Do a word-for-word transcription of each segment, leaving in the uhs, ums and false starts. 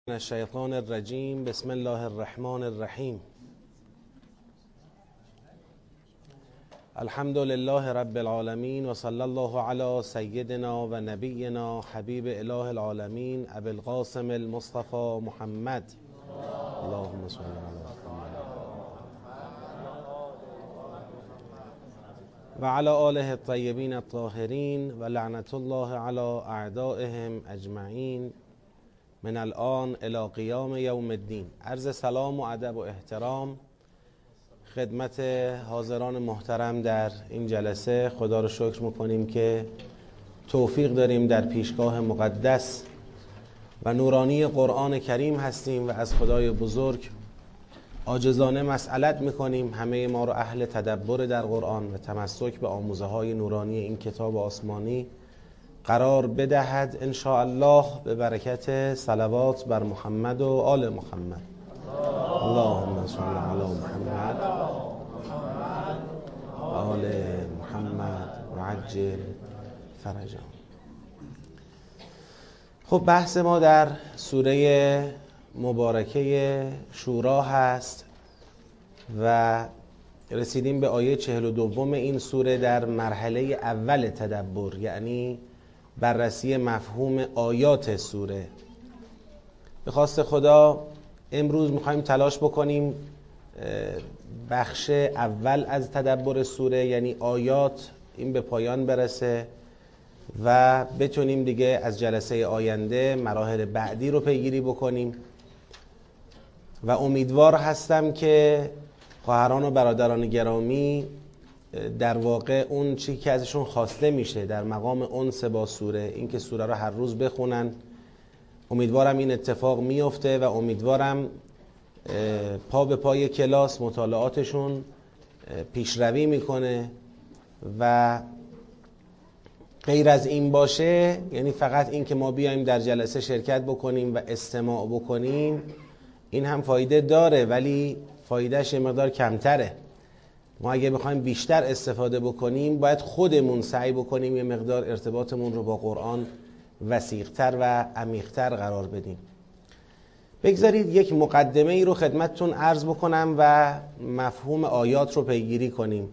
من الشیطان الرجیم. بسم الله الرحمن الرحیم. الحمد لله رب العالمین و صلی الله علی سیدنا و نبینا حبیب اله العالمین ابی القاسم المصطفى محمد. اللهم صل علی محمد و علی آله الطیبین الطاهرین و لعنت الله علی اعدائهم اجمعین من الان الی قیام یوم الدین. عرض سلام و ادب و احترام خدمت حاضران محترم در این جلسه. خدا رو شکر میکنیم که توفیق داریم در پیشگاه مقدس و نورانی قرآن کریم هستیم و از خدای بزرگ عاجزانه مسئلت میکنیم همه ما رو اهل تدبر در قرآن و تمسک به آموزه های نورانی این کتاب آسمانی قرار بدهد ان شاء الله، به برکت صلوات بر محمد و آل محمد. اللهم صل علی محمد و آل محمد و عجل فرجهم. خب بحث ما در سوره مبارکه شورا هست و رسیدیم به آیه چهل و دوم این سوره در مرحله اول تدبر، یعنی بررسی مفهوم آیات سوره. به خواست خدا امروز میخوایم تلاش بکنیم بخش اول از تدبر سوره، یعنی آیات، این به پایان برسه و بتونیم دیگه از جلسه آینده مراحل بعدی رو پیگیری بکنیم و امیدوار هستم که خواهران و برادران گرامی در واقع اون چی که ازشون خواسته میشه در مقام انس با سوره، این که سوره رو هر روز بخونن، امیدوارم این اتفاق میفته و امیدوارم پا به پای کلاس مطالعاتشون پیشروی میکنه و غیر از این باشه، یعنی فقط این که ما بیایم در جلسه شرکت بکنیم و استماع بکنیم، این هم فایده داره ولی فایدهش یه مقدار کمتره. ما اگه بخوایم بیشتر استفاده بکنیم باید خودمون سعی بکنیم یه مقدار ارتباطمون رو با قرآن وسیق‌تر و عمیق‌تر قرار بدیم. بگذارید یک مقدمه ای رو خدمتتون عرض بکنم و مفهوم آیات رو پیگیری کنیم.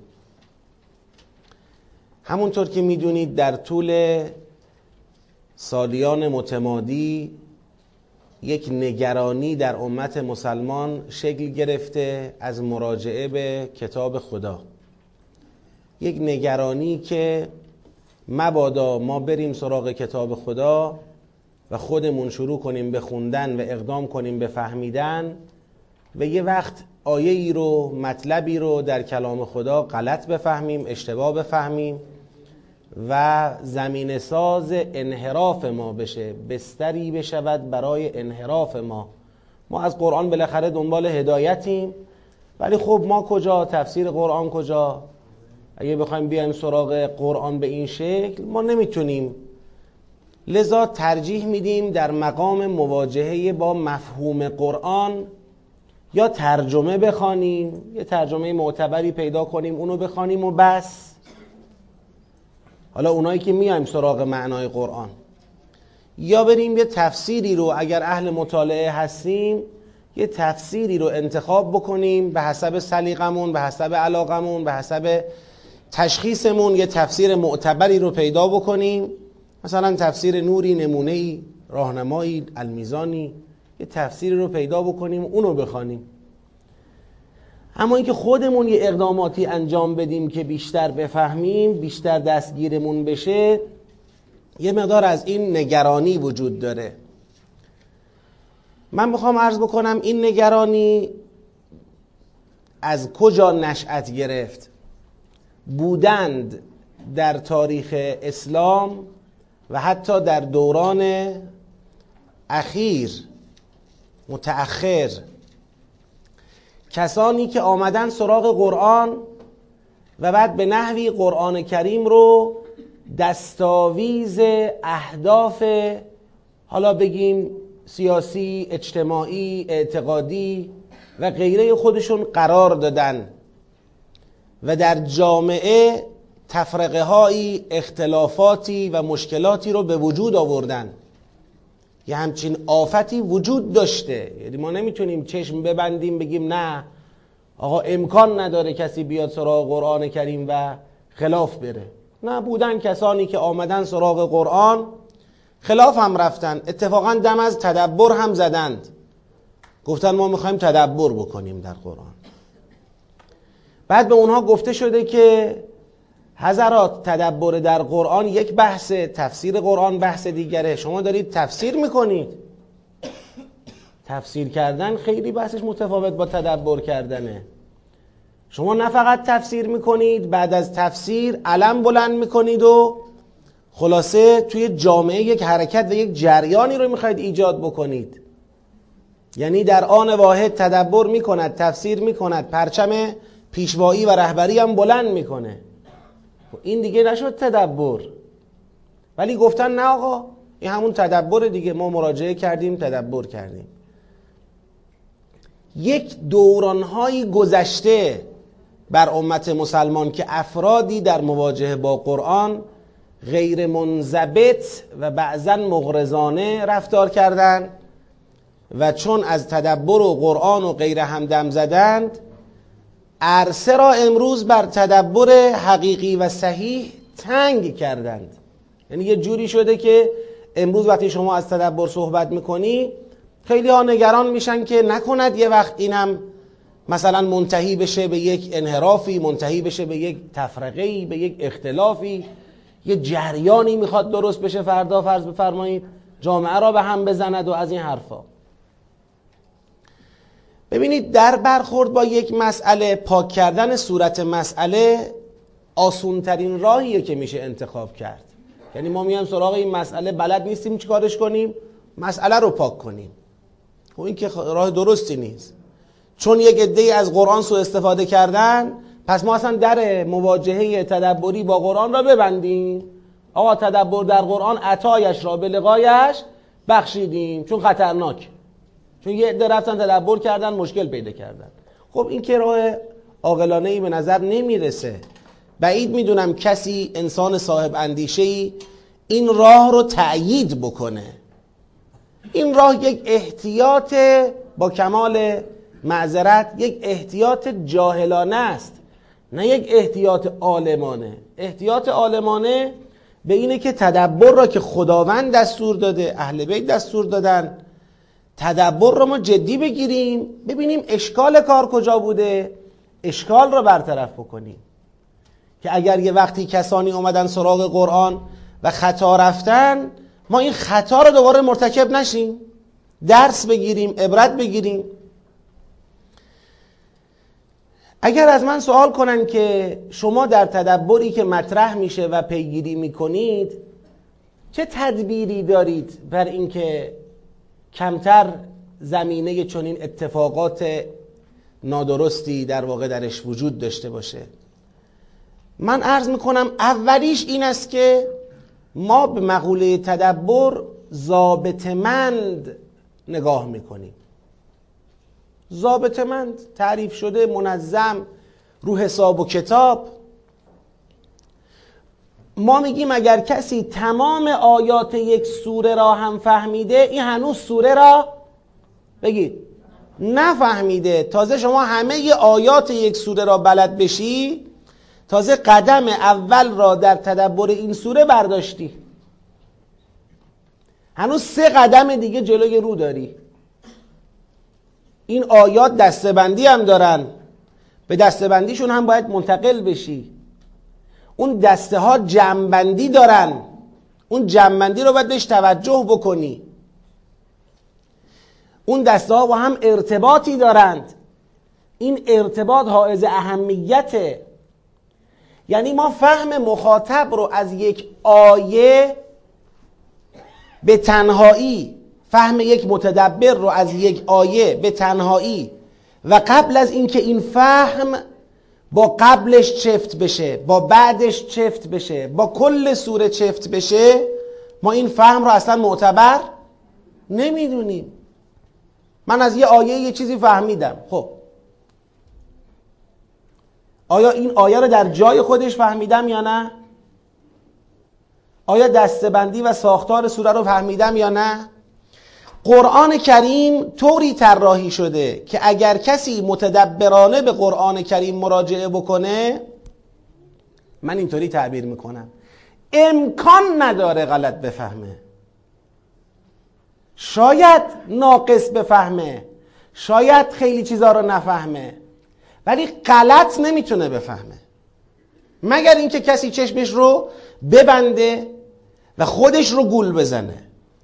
همونطور که میدونید در طول سالیان متمادی یک نگرانی در امت مسلمان شکل گرفته از مراجعه به کتاب خدا، یک نگرانی که مبادا ما بریم سراغ کتاب خدا و خودمون شروع کنیم به خوندن و اقدام کنیم به فهمیدن و یه وقت آیه ای رو، مطلبی رو در کلام خدا غلط بفهمیم، اشتباه بفهمیم و زمینه ساز انحراف ما بشه، بستری بشود برای انحراف ما. ما از قرآن بالاخره دنبال هدایتیم، ولی خب ما کجا، تفسیر قرآن کجا؟ اگه بخوایم بیایم سراغ قرآن به این شکل ما نمیتونیم. لذا ترجیح میدیم در مقام مواجهه با مفهوم قرآن یا ترجمه بخوانیم، یه ترجمه معتبری پیدا کنیم اونو بخوانیم و بس. حالا اونایی که میایم سراغ معنای قرآن، یا بریم یه تفسیری رو اگر اهل مطالعه هستیم یه تفسیری رو انتخاب بکنیم به حسب سلیقمون، به حسب علاقمون، به حسب تشخیصمون، یه تفسیر معتبری رو پیدا بکنیم، مثلا تفسیر نوری، نمونه‌ای، راهنمایی، المیزانی، یه تفسیری رو پیدا بکنیم اونو بخوانیم. اما اینکه خودمون یه اقداماتی انجام بدیم که بیشتر بفهمیم، بیشتر دستگیرمون بشه، یه مقدار از این نگرانی وجود داره. من میخوام عرض بکنم این نگرانی از کجا نشأت گرفت. بودند در تاریخ اسلام و حتی در دوران اخیر متأخر کسانی که آمدن سراغ قرآن و بعد به نحوی قرآن کریم رو دستاویز اهداف، حالا بگیم سیاسی، اجتماعی، اعتقادی و غیره خودشون قرار دادن و در جامعه تفرقه هایی، اختلافاتی و مشکلاتی رو به وجود آوردن. یه همچین آفتی وجود داشته. یعنی ما نمیتونیم چشم ببندیم بگیم نه آقا امکان نداره کسی بیاد سراغ قرآن کریم و خلاف بره. نه، بودن کسانی که آمدن سراغ قرآن خلاف هم رفتن، اتفاقا دم از تدبر هم زدند، گفتن ما میخوایم تدبر بکنیم در قرآن. بعد به اونها گفته شده که حضرات تدبر در قرآن یک بحثه، تفسیر قرآن بحث دیگره، شما دارید تفسیر میکنید. تفسیر کردن خیلی بحثش متفاوت با تدبر کردنه. شما نه فقط تفسیر میکنید، بعد از تفسیر علم بلند میکنید و خلاصه توی جامعه یک حرکت و یک جریانی رو میخواید ایجاد بکنید. یعنی در آن واحد تدبر میکند، تفسیر میکند، پرچم پیشوایی و رهبری هم بلند میکنه. این دیگه نشد تدبر. ولی گفتن نه آقا این همون تدبر دیگه، ما مراجعه کردیم تدبر کردیم. یک دورانهایی گذشته بر امت مسلمان که افرادی در مواجهه با قرآن غیر منضبط و بعضا مغرضانه رفتار کردند و چون از تدبر و قرآن و غیره هم دم زدند، عرصه را امروز بر تدبر حقیقی و صحیح تنگ کردند. یعنی یه جوری شده که امروز وقتی شما از تدبر صحبت میکنی خیلی ها نگران میشن که نکند یه وقت اینم مثلا منتهی بشه به یک انحرافی، منتهی بشه به یک تفرقه‌ای، به یک اختلافی، یه جریانی میخواد درست بشه فردا فرض بفرمایید جامعه را به هم بزند و از این حرفا. ببینید در برخورد با یک مسئله، پاک کردن صورت مسئله آسون ترین راهیه که میشه انتخاب کرد. یعنی ما میایم سراغ این مسئله، بلد نیستیم چیکارش کنیم، مسئله رو پاک کنیم. خب این که راه درستی نیست. چون یک عده‌ای از قرآن سوء استفاده کردن، پس ما اصلا در مواجهه تدبری با قرآن را ببندیم. آقا تدبر در قرآن عطایش را به لقایش بخشیدیم چون خطرناک، چون یه عده رفتن تدبر کردن مشکل پیدا کردن. خب این که راه عاقلانه‌ای به نظر نمیرسه. بعید میدونم کسی انسان صاحب اندیشه‌ای این راه رو تأیید بکنه. این راه یک احتیاط با کمال معذرت، یک احتیاط جاهلانه است، نه یک احتیاط عالمانه. احتیاط عالمانه به اینه که تدبر را که خداوند دستور داده، اهل بیت دستور دادن، تدبر را ما جدی بگیریم، ببینیم اشکال کار کجا بوده، اشکال را برطرف بکنیم. که اگر یه وقتی کسانی اومدن سراغ قرآن و خطا رفتن، ما این خطا رو دوباره مرتکب نشیم، درس بگیریم، عبرت بگیریم. اگر از من سوال کنن که شما در تدبری که مطرح میشه و پیگیری میکنید چه تدبیری دارید بر اینکه کمتر زمینه چنین اتفاقات نادرستی در واقع درش وجود داشته باشه، من عرض میکنم اولیش این است که ما به مقوله تدبر ضابطه‌مند نگاه میکنیم. ضابطه‌مند، تعریف شده، منظم، رو حساب و کتاب. ما میگیم اگر کسی تمام آیات یک سوره را هم فهمیده، این هنوز سوره را بگید نفهمیده. تازه شما همه آیات یک سوره را بلد بشی، تازه قدم اول را در تدبر این سوره برداشتی. هنوز سه قدم دیگه جلوی رو داری. این آیات دسته‌بندی هم دارن، به دسته‌بندیشون هم باید منتقل بشی. اون دسته ها جمع‌بندی دارن، اون جمع‌بندی رو باید بهش توجه بکنی. اون دسته ها با هم ارتباطی دارند، این ارتباط حائز اهمیته. یعنی ما فهم مخاطب رو از یک آیه به تنهایی، فهم یک متدبر رو از یک آیه به تنهایی و قبل از اینکه این فهم با قبلش چفت بشه، با بعدش چفت بشه، با کل سوره چفت بشه، ما این فهم رو اصلا معتبر نمیدونیم. من از یه آیه یه چیزی فهمیدم، خب آیا این آیه رو در جای خودش فهمیدم یا نه؟ آیا دسته‌بندی و ساختار سوره رو فهمیدم یا نه؟ قرآن کریم طوری طراحی شده که اگر کسی متدبرانه به قرآن کریم مراجعه بکنه، من اینطوری تعبیر میکنم، امکان نداره غلط بفهمه. شاید ناقص بفهمه، شاید خیلی چیزا رو نفهمه، ولی غلط نمیتونه بفهمه، مگر اینکه کسی چشمش رو ببنده و خودش رو گول بزنه،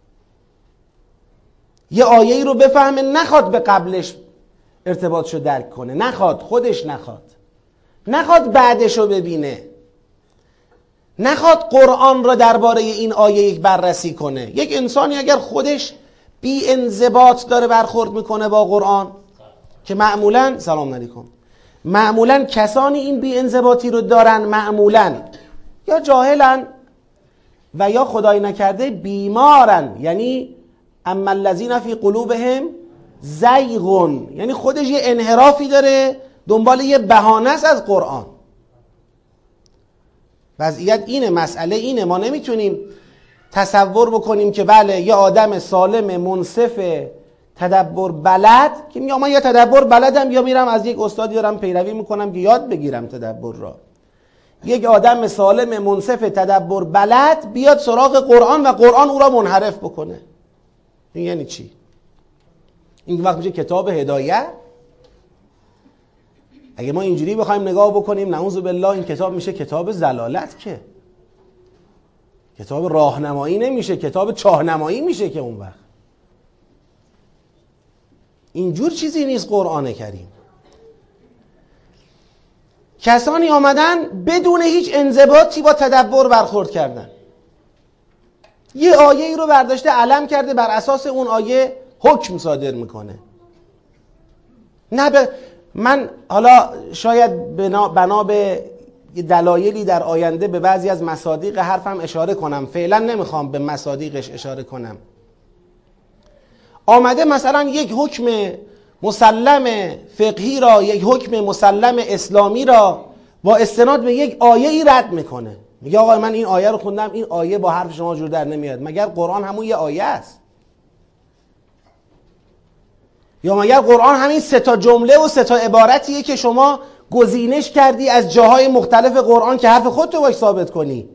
یه آیه‌ای رو بفهمه نخواد به قبلش ارتباطش رو درک کنه، نخواد، خودش نخواد، نخواد بعدش رو ببینه، نخواد قرآن را درباره این آیه یک بررسی کنه. یک انسانی اگر خودش بی انضباط داره برخورد میکنه با قرآن، که معمولا سلام علیکم معمولا کسانی این بی انضباطی رو دارن معمولا یا جاهلن و یا خدای نکرده بیمارن، یعنی اما الذین فی قلوبهم زیغ، یعنی خودش یه انحرافی داره، دنبال یه بهانه است از قرآن. وضعیت اینه، مسئله اینه. ما نمیتونیم تصور بکنیم که بله یه آدم سالم منصف تدبر بلد که میگه من یا تدبر بلدم یا میرم از یک استادی دارم پیروی میکنم که یاد بگیرم تدبر را، یک آدم سالم منصف تدبر بلد بیاد سراغ قرآن و قرآن او را منحرف بکنه. این یعنی چی؟ این وقت میشه کتاب هدایت؟ اگه ما اینجوری بخوایم نگاه بکنیم نعوذ بالله این کتاب میشه کتاب ضلالت، که کتاب راهنمایی نمیشه، کتاب چاهنمایی میشه که اون وقت. اینجور چیزی نیست قرآن کریم. کسانی آمدن بدون هیچ انضباطی با تدبر برخورد کردن، یه آیه ای رو برداشته علم کرده، بر اساس اون آیه حکم صادر میکنه. نه ب... من حالا شاید بنا, بنا به دلایلی در آینده به بعضی از مصادیق حرفم اشاره کنم، فعلا نمیخوام به مصادیقش اشاره کنم. آمده مثلا یک حکم مسلم فقهی را، یک حکم مسلم اسلامی را با استناد به یک آیه ای رد میکنه، میگه آقا من این آیه رو خوندم، این آیه با حرف شما جور در نمیاد. مگر قرآن همون یه آیه است؟ یا مگر قرآن همین سه تا جمله و سه تا عبارتیه که شما گزینش کردی از جاهای مختلف قرآن که حرف خودتو باش ثابت کنی؟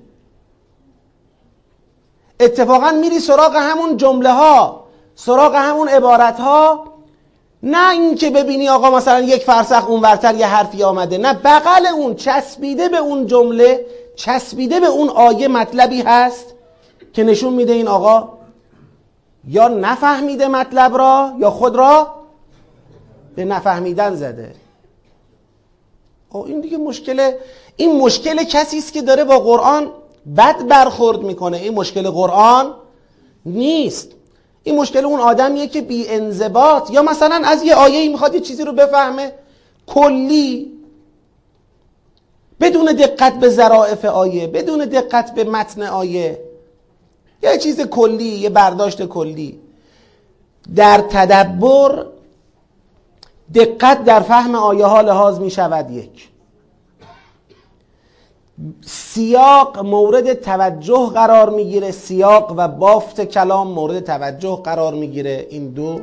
اتفاقا میری سراغ همون جمله ها، سراغ همون عبارت ها، نه این که ببینی آقا مثلا یک فرسخ اونورتر یه حرفی آمده، نه، بغل اون چسبیده به اون جمله، چسبیده به اون آیه مطلبی هست که نشون میده این آقا یا نفهمیده مطلب را یا خود را به نفهمیدن زده. او این دیگه مشکل، این مشکل کسی است که داره با قرآن بد برخورد میکنه، این مشکل قرآن نیست. این مشکل اون آدمیه که بی انضباط، یا مثلا از یه آیه‌ای میخواد یه چیزی رو بفهمه کلی، بدون دقت به ظرافت آیه، بدون دقت به متن آیه، یه چیز کلی، یه برداشت کلی. در تدبر دقت در فهم آیه ها لحاظ می شود. یک، سیاق مورد توجه قرار میگیره، سیاق و بافت کلام مورد توجه قرار میگیره. این دو.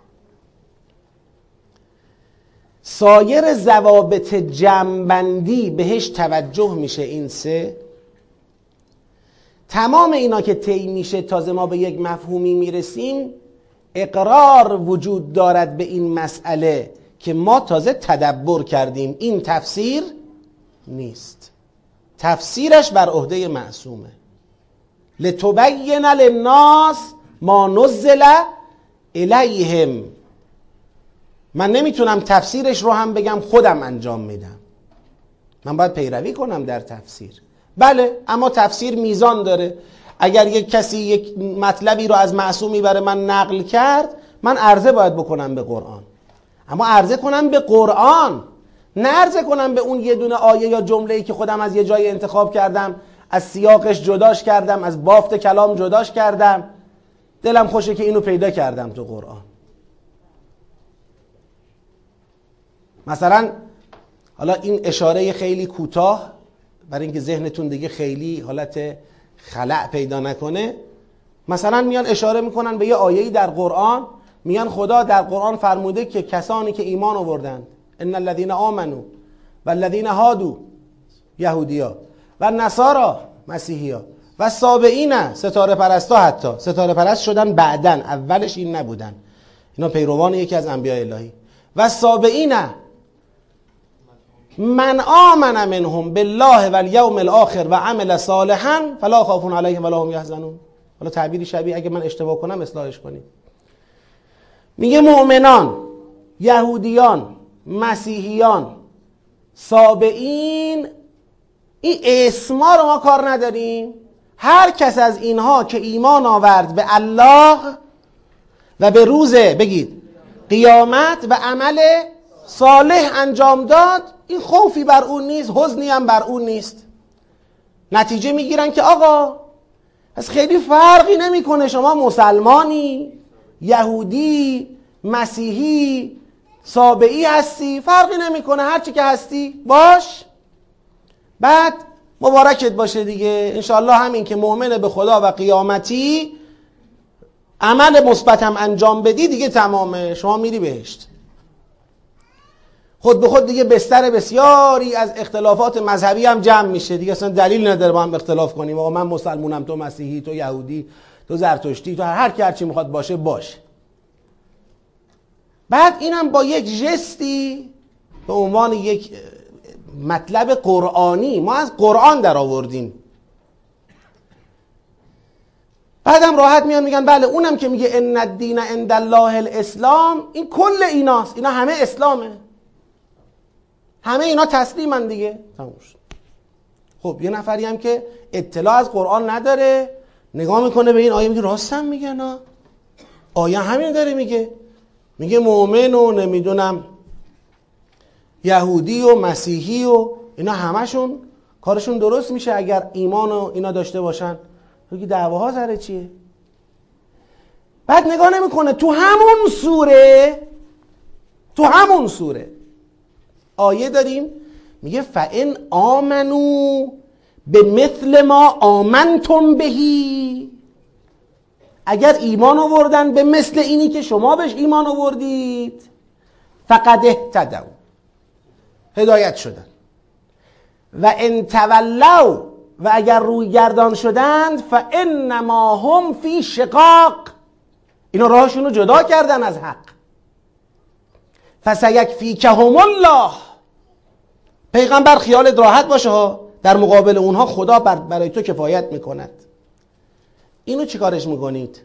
سایر ضوابط جمع‌بندی بهش توجه میشه. این سه. تمام اینا که طی میشه تازه ما به یک مفهومی میرسیم، اقرار وجود دارد به این مسئله که ما تازه تدبر کردیم، این تفسیر نیست. تفسیرش بر عهده معصومه. لتبین للناس ما نزل الیهم. من نمیتونم تفسیرش رو هم بگم خودم انجام میدم، من باید پیروی کنم در تفسیر. بله، اما تفسیر میزان داره. اگر یک کسی یک مطلبی رو از معصومی برای من نقل کرد، من عرضه باید بکنم به قرآن، اما عرضه کنم به قرآن، نه عرضه کنم به اون یه دونه آیه یا جمله‌ای که خودم از یه جای انتخاب کردم، از سیاقش جداش کردم، از بافت کلام جداش کردم، دلم خوشه که اینو پیدا کردم تو قرآن. مثلا حالا این اشاره خیلی کوتاه برای اینکه ذهنتون دیگه خیلی حالت خلأ پیدا نکنه، مثلا میان اشاره میکنن به یه آیه‌ای در قرآن، میان خدا در قرآن فرموده که کسانی که ایمان آوردند، ان الذين آمنوا والذین هادوا، یهودیا، و نصارا، مسیحیا، و سابعین، ستاره پرستا، حتی ستاره پرست شدن بعدن، اولش این نبودن، اینا پیروان یکی از انبیاء الهی، و سابعین من آمن منهم بالله والیوم الاخر و عمل صالحا فلا خوف علیهم ولا هم یحزنون. حالا تعبیری شبیه اگه من اشتباه کنم اصلاحش کنید. میگه مؤمنان، یهودیان، مسیحیان، سابعین، این اسما رو ما کار نداریم. هر کس از اینها که ایمان آورد به الله و به روز بگید قیامت و عمل صالح انجام داد، این خوفی بر اون نیست، حزنی هم بر اون نیست. نتیجه میگیرن که آقا پس خیلی فرقی نمیکنه شما مسلمانی، یهودی، مسیحی، سابعی هستی، فرقی نمیکنه، هرچی که هستی باش. بعد مبارکت باشه دیگه، انشاءالله همین که مؤمن به خدا و قیامتی عمل مثبت هم انجام بدی دیگه تمامه، شما میری بهشت. خود به خود دیگه بستر بسیاری از اختلافات مذهبی هم جمع میشه دیگه، اصلا دلیل نداره با هم اختلاف کنیم. آقا من مسلمونم، تو مسیحی، تو یهودی، تو زرتشتی، تو هر کی هر چی میخواد باشه باشه. بعد اینم با یک ژستی به عنوان یک مطلب قرآنی ما از قرآن در آوردیم. بعدم راحت میان میگن بله اونم که میگه ان الدین عند الله الاسلام، این کل ایناست، اینا همه اسلامه، همه اینا تسلیمن دیگه، تموم شد. خب یه نفری هم که اطلاع از قرآن نداره نگاه میکنه به این آیه میگه راستم میگه، نه آیه همین داره میگه، میگه مؤمن و نمیدونم یهودی و مسیحی و اینا همشون کارشون درست میشه اگر ایمان و اینا داشته باشن. میگه دعواها سر چیه؟ بعد نگاه نمیکنه تو همون سوره، تو همون سوره آیه داریم میگه فَإِنْ آمَنُوا بِمِثْلِ مَا آمَنْتُمْ بِهِ، اگر ایمان آوردن به مثل اینی که شما بهش ایمان آوردید، فَقَدْ اهْتَدَوْا، هدایت شدن، و ان تولوا، و اگر روی گردان شدند، فَإِنَّمَا هُمْ فِي شِقَاقٍ، اینا راهشون رو جدا کردن از حق، فَسَيَكْفِيكَهُمُ اللَّهُ، پیغمبر خیالت راحت باشه ها، در مقابل اونها خدا برای تو کفایت میکند. اینو چی کارش میکنید؟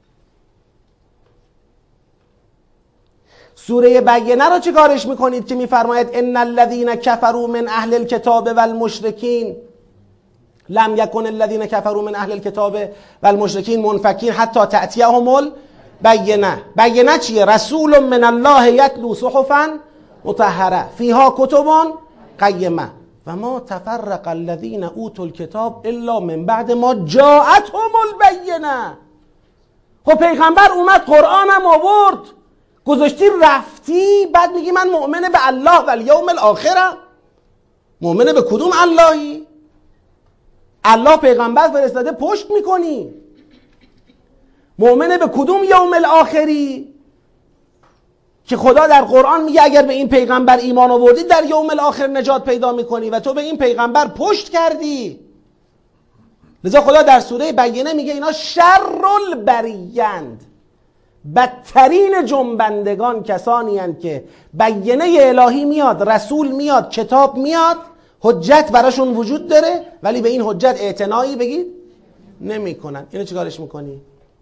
سوره بینه رو چی کارش میکنید که میفرماید ان الذين كفروا من اهل الكتاب والمشركين لم يكن الذين كفروا من اهل الكتاب والمشركين منفكين حتى تأتيهم البینه. بینه چیه؟ رسول من الله یتلو صحفا مطهره فیها کتب قیمه و ما تفرق الذين اوتوا الكتاب الا من بعد ما جاءتهم البینه. خب پیغمبر اومد قرآن هم آورد، گذاشتی رفتی، بعد میگی من مؤمن به الله و الیوم الاخرم. مؤمن به کدوم اللهی؟ الله پیغمبر فرستاده پشت میکنی. مؤمن به کدوم یوم الاخری که خدا در قرآن میگه اگر به این پیغمبر ایمان آوردی در یوم الاخر نجات پیدا میکنی و تو به این پیغمبر پشت کردی. لذا خدا در سوره بینه میگه اینا شر البریند، بدترین جنبندگان کسانی هستند که بینه الهی میاد، رسول میاد، کتاب میاد، حجت براشون وجود داره ولی به این حجت اعتنایی بگید نمی کنن. اینو چیکارش میکنی؟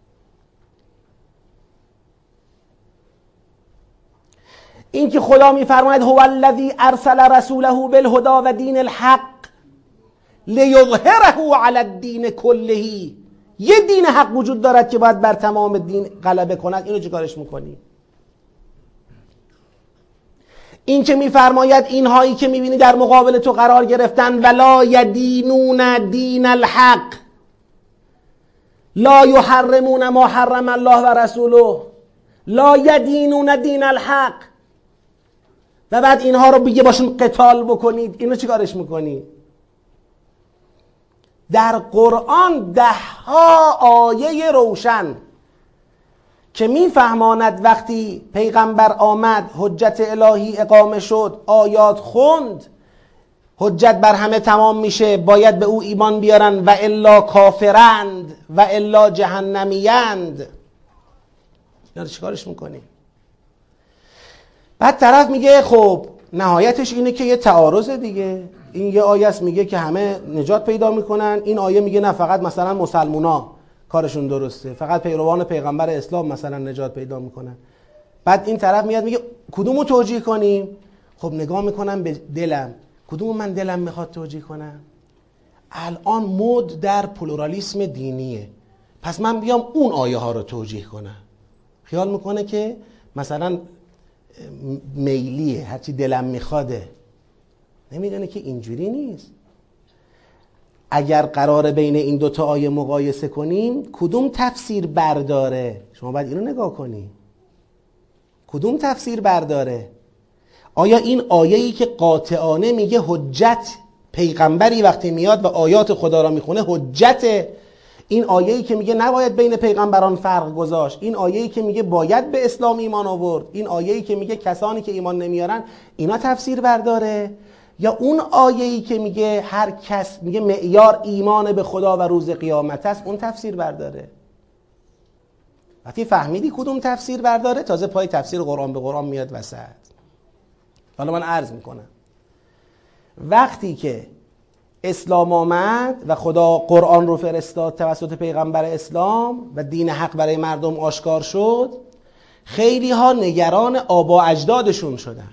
این که خدا میفرماید هو الذی ارسل رسوله بالهدى و دین الحق لیظهره علی الدین کله، یه دین حق وجود دارد که باید بر تمام دین غلبه کند. اینو چیکارش میکنی؟ این که میفرماید اینهایی که میبینی در مقابل تو قرار گرفتن ولا یدینون دین الحق لا یحرمون ما حرم الله و رسوله لا یدینون دین الحق، و بعد اینها رو بگه باشون قتال بکنید، اینو چی کارش میکنی؟ در قرآن ده ها آیه روشن که میفهماند وقتی پیغمبر آمد، حجت الهی اقامه شد، آیات خوند، حجت بر همه تمام میشه، باید به او ایمان بیارن و الا کافرند و الا جهنمیند. اینا رو چیکارش میکنیم؟ بعد طرف میگه خب نهایتش اینه که یه تعارض دیگه، این یه آیه است میگه که همه نجات پیدا میکنن، این آیه میگه نه فقط مثلا مسلمونا کارشون درسته، فقط پیروان پیغمبر اسلام مثلا نجات پیدا میکنن. بعد این طرف میاد میگه کدومو توجیه کنیم؟ خب نگاه میکنم به دلم، کدومو من دلم میخواد توجیه کنم؟ الان مد در پلورالیسم دینیه، پس من بیام اون آیه ها رو توجیه کنم. خیال میکنه که مثلا میلیه، هرچی دلم میخواده. نمیدونه که اینجوری نیست. اگر قراره بین این دوتا آیه مقایسه کنیم، کدوم تفسیر برداره؟ شما باید اینو نگاه کنی، کدوم تفسیر برداره؟ آیا این آیه‌ای که قاطعانه میگه حجت، پیغمبری وقتی میاد و آیات خدا را میخونه حجت، این آیه‌ای که میگه نباید بین پیغمبران فرق گذاشت، این آیه‌ای که میگه باید به اسلام ایمان آورد، این آیه‌ای که میگه کسانی که ایمان نمیارن اینا تفسیر برداره؟ یا اون آیه‌ای که میگه هر کس، میگه معیار ایمان به خدا و روز قیامت است، اون تفسیر برداره؟ وقتی فهمیدی کدوم تفسیر برداره، تازه پای تفسیر قرآن به قرآن میاد وسط. حالا من عرض میکنم وقتی که اسلام آمد و خدا قرآن رو فرستاد توسط پیغمبر اسلام و دین حق برای مردم آشکار شد، خیلی ها نگران آبا اجدادشون شدن.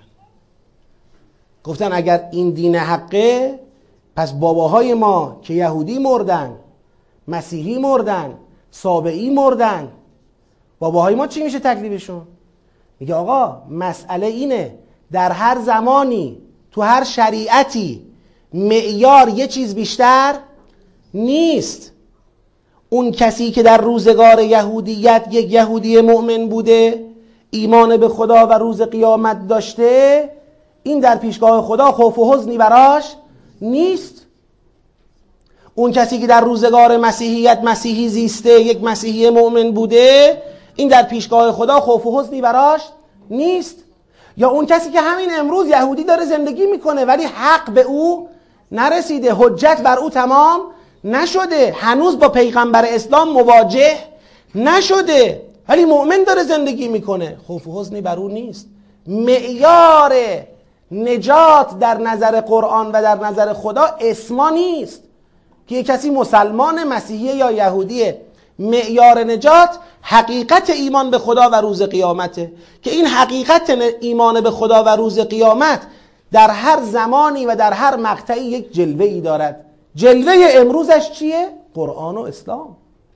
گفتن اگر این دین حقه، پس باباهای ما که یهودی مردن، مسیحی مردن، سابعی مردن، باباهای ما چی میشه تکلیفشون؟ میگه آقا مسئله اینه، در هر زمانی تو هر شریعتی معیار یه چیز بیشتر نیست. اون کسی که در روزگار یهودیت یک یهودی مؤمن بوده، ایمان به خدا و روز قیامت داشته، این در پیشگاه خدا خوف و حزنی براش نیست. اون کسی که در روزگار مسیحیت مسیحی زیسته، یک مسیحی مؤمن بوده، این در پیشگاه خدا خوف و حزنی براش نیست. یا اون کسی که همین امروز یهودی داره زندگی میکنه ولی حق به او نرسیده، حجت بر او تمام نشده، هنوز با پیغمبر اسلام مواجه نشده ولی مؤمن داره زندگی میکنه، خوف و حزنی بر او نیست. معیار نجات در نظر قرآن و در نظر خدا اسما نیست که یک کسی مسلمان، مسیحی یا یهودیه. معیار نجات حقیقت ایمان به خدا و روز قیامته که این حقیقت ایمان به خدا و روز قیامت در هر زمانی و در هر مقطعی یک جلوه ای دارد. جلوه امروزش چیه؟ قرآن و اسلام.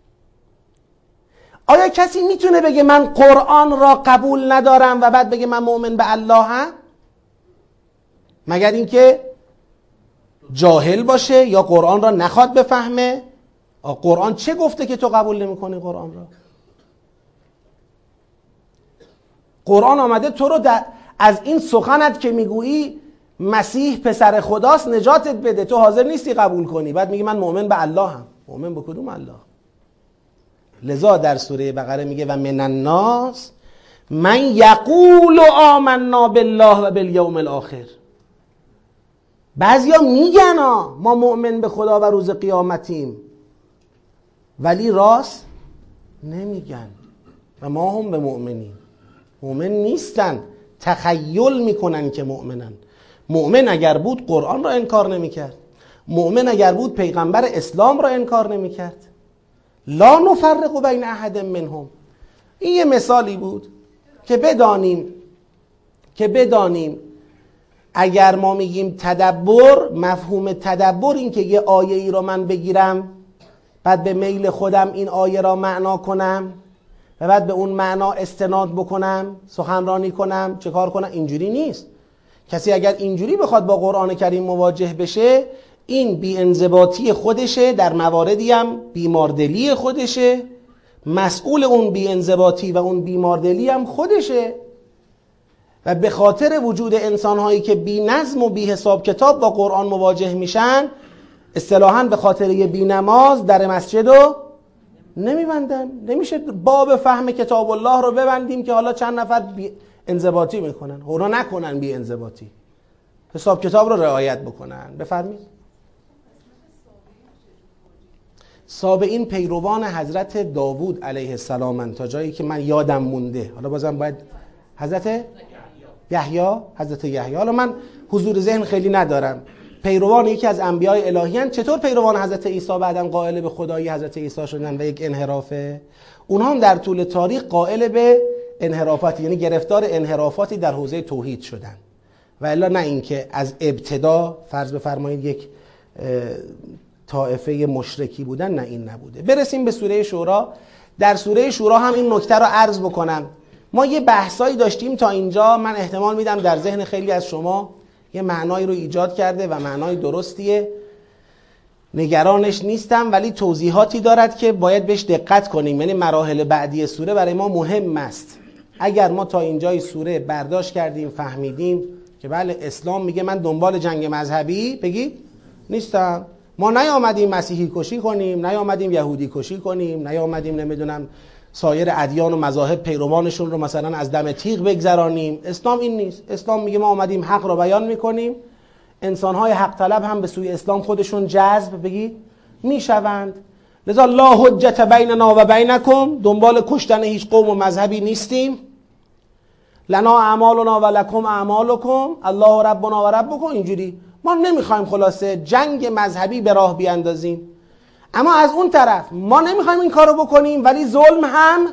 آیا کسی میتونه بگه من قرآن را قبول ندارم و بعد بگه من مؤمن به الله هم؟ مگر اینکه جاهل باشه یا قرآن را نخواد بفهمه. قرآن چه گفته که تو قبول نمی‌کنی قرآن را؟ قرآن آمده تو رو از این سخنت که میگویی مسیح پسر خداست نجاتت بده، تو حاضر نیستی قبول کنی، بعد میگی من مؤمن به الله هم. مؤمن به کدوم الله؟ لذا در سوره بقره میگه و من الناس من یقول آمنا بالله و بالیوم الاخر. بعضیا میگن ما مؤمن به خدا و روز قیامتیم ولی راست نمیگن و ما هم به مؤمنیم. مؤمن نیستن، تخیل میکنن که مؤمنن. مؤمن اگر بود قرآن را انکار نمیکرد، مؤمن اگر بود پیغمبر اسلام را انکار نمیکرد. لا نفرق بین احد منهم. این یه مثالی بود که بدانیم که بدانیم اگر ما میگیم تدبر، مفهوم تدبر این که یه آیه ای را من بگیرم بعد به میل خودم این آیه را معنا کنم و بعد به اون معنا استناد بکنم، سخنرانی کنم، چه کار کنم، اینجوری نیست. کسی اگر اینجوری بخواد با قرآن کریم مواجه بشه، این بی انضباطی خودشه، در مواردی هم بیماردلی خودشه، مسئول اون بی انضباطی و اون بیماردلی هم خودشه. و به خاطر وجود انسانهایی که بی نظم و بی حساب کتاب با قرآن مواجه میشن، اصطلاحاً به خاطر یه بینماز در مسجد رو نمیبندن. نمیشه باب فهم کتاب الله رو ببندیم که حالا چند نفر بی انضباطی میکنن. اونا نکنن بی انضباطی، حساب کتاب رو رعایت بکنن. بفرمایید. سابعین پیروان حضرت داوود علیه السلام تا جایی که من یادم مونده. حالا بازم باید حضرت یحیی حضرت یحیی حالا من حضور ذهن خیلی ندارم. پیروان یکی از انبیای الهیان. چطور پیروان حضرت عیسی بعداً قائل به خدایی حضرت عیسی شدن و یک انحرافه؟ اونها هم در طول تاریخ قائل به انحرافاتی، یعنی گرفتار انحرافاتی در حوزه توحید شدن، و الا نه اینکه از ابتدا فرض بفرمایید یک طائفه مشرکی بودن. نه، این نبوده. برسیم به سوره شورا. در سوره شورا هم این نکته رو عرض بکنم. ما یه بحثایی داشتیم تا اینجا، من احتمال میدم در ذهن خیلی از شما یه معنایی رو ایجاد کرده و معنای درستیه، نگرانش نیستم، ولی توضیحاتی دارد که باید بهش دقت کنیم. یعنی مراحل بعدی سوره برای ما مهم است. اگر ما تا اینجای سوره برداشت کردیم، فهمیدیم که بله اسلام میگه من دنبال جنگ مذهبی بگید نیستم، ما نیامدیم مسیحی کشی کنیم، نیامدیم یهودی کشی کنیم، نیامدیم نمیدونم سایر ادیان و مذاهب پیروانشون رو مثلا از دم تیغ بگذرانیم. اسلام این نیست. اسلام میگه ما آمدیم حق رو بیان میکنیم، انسانهای حق طلب هم به سوی اسلام خودشون جذب بگید میشوند. لذا لا حجت بیننا و بینکم، دنبال کشتن هیچ قوم و مذهبی نیستیم. لنا اعمالنا و لکم اعمالکم الله ربنا و ربکم. اینجوری ما نمیخوایم خلاصه جنگ مذهبی به راه بیاندازیم، اما از اون طرف ما نمیخوایم این کارو بکنیم ولی ظلم هم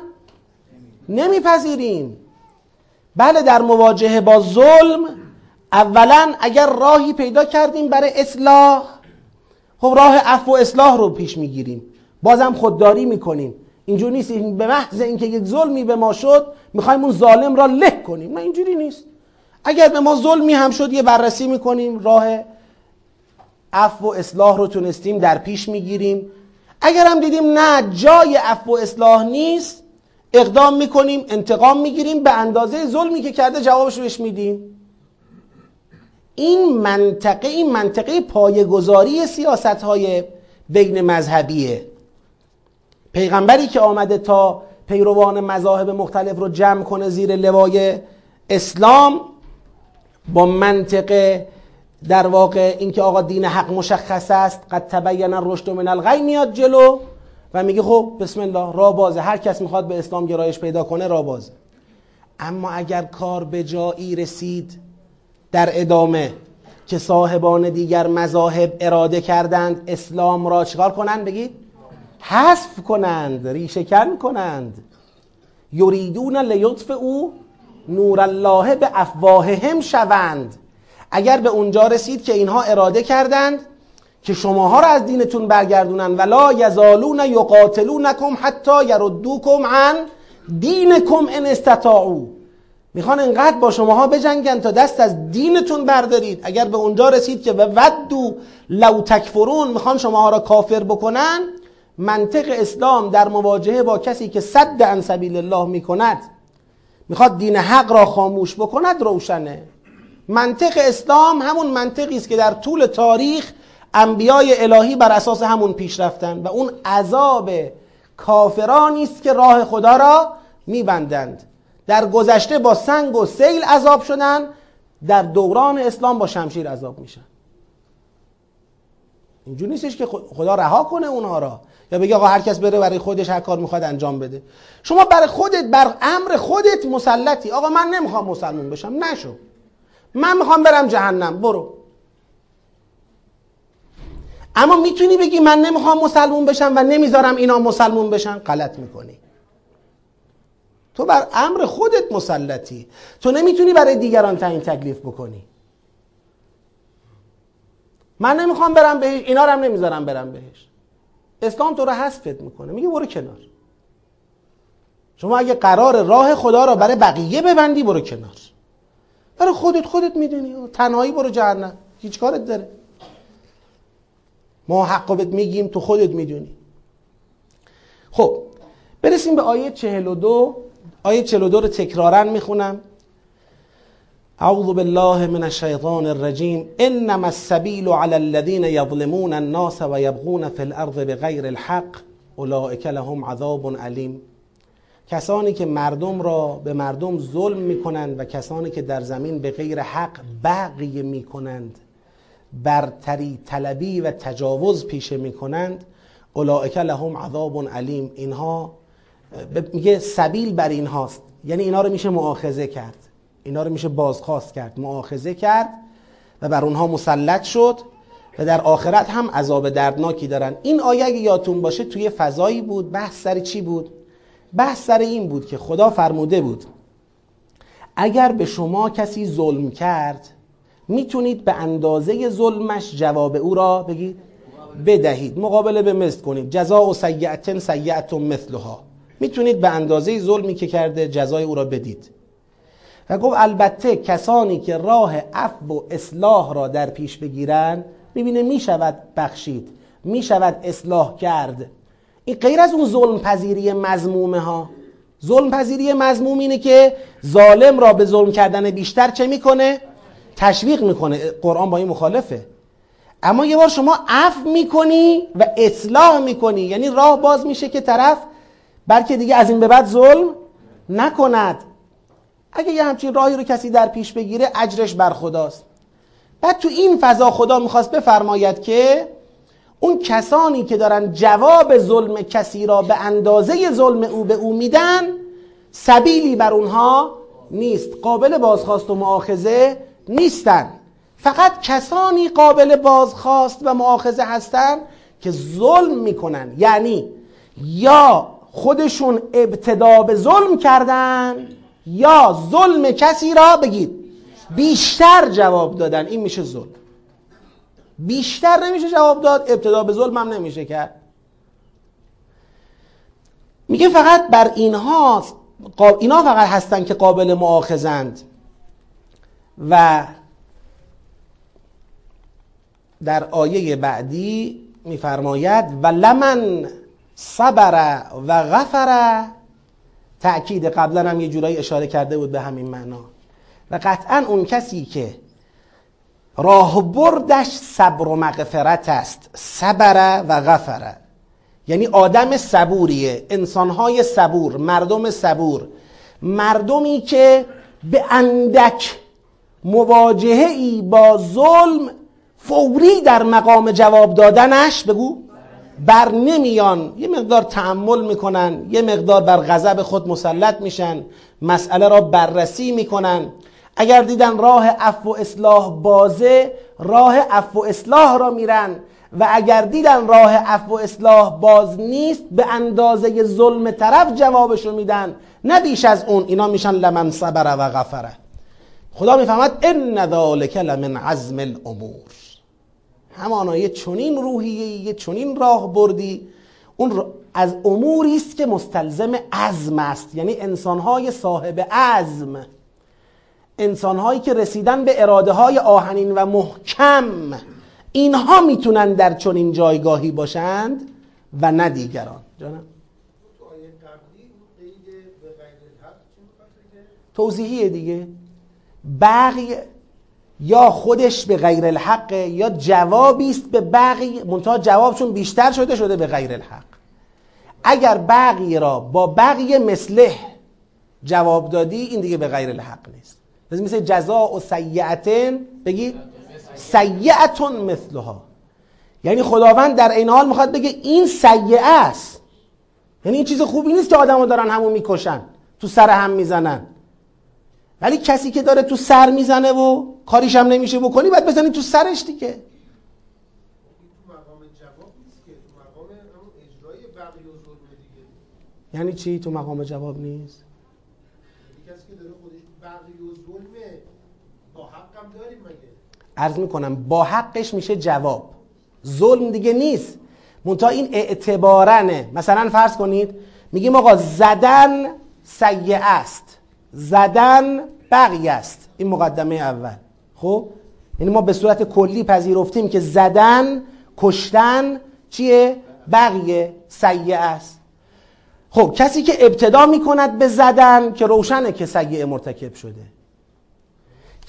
نمیپذیریم. بله، در مواجهه با ظلم اولا اگر راهی پیدا کردیم برای اصلاح، خب راه عفو و اصلاح رو پیش میگیریم، بازم خودداری میکنیم. اینجوری نیست به محض اینکه یک ظلمی به ما شد میخوایم اون ظالم را له کنیم. نه، اینجوری نیست. اگر به ما ظلمی هم شد یه بررسی میکنیم، راه عفو و اصلاح رو تونستیم در پیش میگیریم. اگر هم دیدیم نه جای عفو و اصلاح نیست، اقدام میکنیم، انتقام میگیریم، به اندازه ظلمی که کرده جوابش رو بهش میدیم. این منطقه این منطقه پایه‌گذاری سیاست‌های بین مذهبیه. پیغمبری که آمده تا پیروان مذاهب مختلف رو جمع کنه زیر لوای اسلام، با منطقه در واقع اینکه آقا دین حق مشخص است، قد تبین الرشد من الغی، میاد جلو و میگه خب بسم الله، راه بازه، هر کس میخواد به اسلام گرایش پیدا کنه راه بازه. اما اگر کار به جایی رسید در ادامه که صاحبان دیگر مذاهب اراده کردند اسلام را چکار کنند؟ بگید حذف کنند، ریشه کن کنند. یریدون لیطفئوا نور الله به افواههم شوند. اگر به اونجا رسید که اینها اراده کردند که شماها را از دینتون برگردونن، ولا یزالون یقاتلونکم حتی یردوکم عن دینکم ان استطاعوا، میخوان انقدر با شماها بجنگن تا دست از دینتون بردارید. اگر به اونجا رسید که ودو لو تکفرون، میخوان شماها را کافر بکنن، منطق اسلام در مواجهه با کسی که صد عن سبیل الله میکند، میخواد دین حق را خاموش بکند، روشنه. منطق اسلام همون منطقی است که در طول تاریخ انبیای الهی بر اساس همون پیش رفتن و اون عذاب کافرانی است که راه خدا را میبندند. در گذشته با سنگ و سیل عذاب شدن، در دوران اسلام با شمشیر عذاب میشن. اینجوری نیستش که خدا رها کنه اونها را یا بگه آقا هر کس بره برای خودش هر کار میخواد انجام بده. شما برای خودت، بر امر خودت مسلطی. آقا من نمیخوام مسلمون بشم، نشو. من میخوام برم جهنم، برو. اما میتونی بگی من نمیخوام مسلمون بشم و نمیذارم اینا مسلمون بشن، غلط میکنی. تو بر امر خودت مسلطی. تو نمیتونی برای دیگران تعیین تکلیف بکنی. من نمیخوام برم بهش، اینا رو هم نمیذارم برم بهش. اسلام تو رو حذفت میکنه، میگه برو کنار. شما اگه قرار راه خدا را برای بقیه ببندی، برو کنار. برای خودت خودت میدونی، تنهایی برو جهنم، هیچ کارت داره. ما حقو بهت میگیم، تو خودت میدونی. خب برسیم به آیه چهل و دو. آیه چهل و دو رو تکرارا میخونم. اعوذ بالله من الشیطان الرجیم. انما السبیل علی الذین یظلمون الناس و یبغون فی الارض بغیر الحق اولئک لهم عذاب علیم. کسانی که مردم را به مردم ظلم میکنند و کسانی که در زمین به غیر حق بغی میکنند، برتری طلبی و تجاوز پیشه میکنند، اولئک لهم عذاب علیم، اینها میگه سبیل بر اینهاست، یعنی اینا رو میشه مؤاخذه کرد، اینا رو میشه بازخواست کرد، مؤاخذه کرد و بر اونها مسلط شد و در آخرت هم عذاب دردناکی دارن. این آیه اگه یادتون باشه توی فضایی بود، بحث سر چی بود؟ بحث سر این بود که خدا فرموده بود اگر به شما کسی ظلم کرد میتونید به اندازه ظلمش جواب او را بگید بدهید، مقابله به مثل کنید، جزاء و سیئة سیئة مثلها، میتونید به اندازه ظلمی که کرده جزای او را بدید. و گفت البته کسانی که راه عفو و اصلاح را در پیش بگیرن میبینه میشود بخشید، میشود اصلاح کرد. این غیر از اون ظلم پذیری مذمومه ها. ظلم پذیری مذموم اینه که ظالم را به ظلم کردن بیشتر چه میکنه؟ تشویق میکنه. قرآن با این مخالفه. اما یه بار شما عفو میکنی و اصلاح میکنی، یعنی راه باز میشه که طرف بلکه دیگه از این به بعد ظلم نکند. اگه یه همچین راهی رو کسی در پیش بگیره اجرش بر خداست. بعد تو این فضا خدا میخواست بفرماید که اون کسانی که دارن جواب ظلم کسی را به اندازه ظلم او به او میدن سبیلی بر اونها نیست، قابل بازخواست و مؤاخذه نیستن. فقط کسانی قابل بازخواست و مؤاخذه هستن که ظلم میکنن، یعنی یا خودشون ابتدا به ظلم کردن یا ظلم کسی را بگید بیشتر جواب دادن. این میشه ظلم. بیشتر نمیشه جواب داد، ابتدا به ظلم هم نمیشه کرد. میگه فقط بر اینها اینا فقط هستن که قابل مؤاخذند. و در آیه بعدی میفرماید و لمن صبر و غفر، تأکید قبلا هم یه جورایی اشاره کرده بود به همین معنا. و قطعا اون کسی که راه بردش صبر و مغفرت است، صبر و غفر، یعنی آدم صبوریه، انسانهای صبور، مردم صبور، مردمی که به اندک مواجهه‌ای با ظلم فوری در مقام جواب دادنش بگو بر نمیان، یه مقدار تأمل میکنن، یه مقدار بر غضب خود مسلط میشن، مسئله را بررسی میکنن. اگر دیدن راه عفو و اصلاح بازه، راه عفو و اصلاح را میرن، و اگر دیدن راه عفو و اصلاح باز نیست به اندازه ظلم طرف جوابشو میدن، نه بیش از اون. اینا میشن لمن صبر و غفره. خدا میفهمد ان ذلک لمن عزم الامور، همانا یه چنین روحیه، یه چنین راه بردی، اون از اموری است که مستلزم عزم است، یعنی انسانهای صاحب عزم، انسانهایی که رسیدن به اراده های آهنین و محکم، اینها میتونن در چنین جایگاهی باشند و نه دیگران. جانم توضیحیه دیگه. بغی یا خودش به غیر الحق یا جوابی است به بغی، منتها جوابشون بیشتر شده شده به غیر الحق. اگر بغی را با بغی مثله جواب دادی، این دیگه به غیر الحق نیست. مثل جزاء و سیئة بگید سیئة مثلها، یعنی خداوند در این حال میخواد بگه این سیئه است، یعنی این چیز خوبی نیست که آدمو دارن همو میکشن، تو سر هم میزنن. ولی کسی که داره تو سر میزنه و کاریش هم نمیشه بکنی، باید بزنی تو سرش دیگه. تو مقام جواب نیست که، تو مقام همون اجرای بغی و ظلم دیگه. یعنی چی تو مقام جواب نیست؟ یعنی کسی که داره خودش بغی و ظلمه، با حق هم داریم مگه؟ عرض میکنم با حقش میشه جواب، ظلم دیگه نیست. منتها این اعتبارنه. مثلا فرض کنید میگیم آقا زدن سیئه است، زدن بغی است، این مقدمه اول. خب یعنی ما به صورت کلی پذیرفتیم که زدن، کشتن چیه؟ بغیه، سیئه است. خب کسی که ابتدا میکند به زدن که روشنه که سیئه مرتکب شده،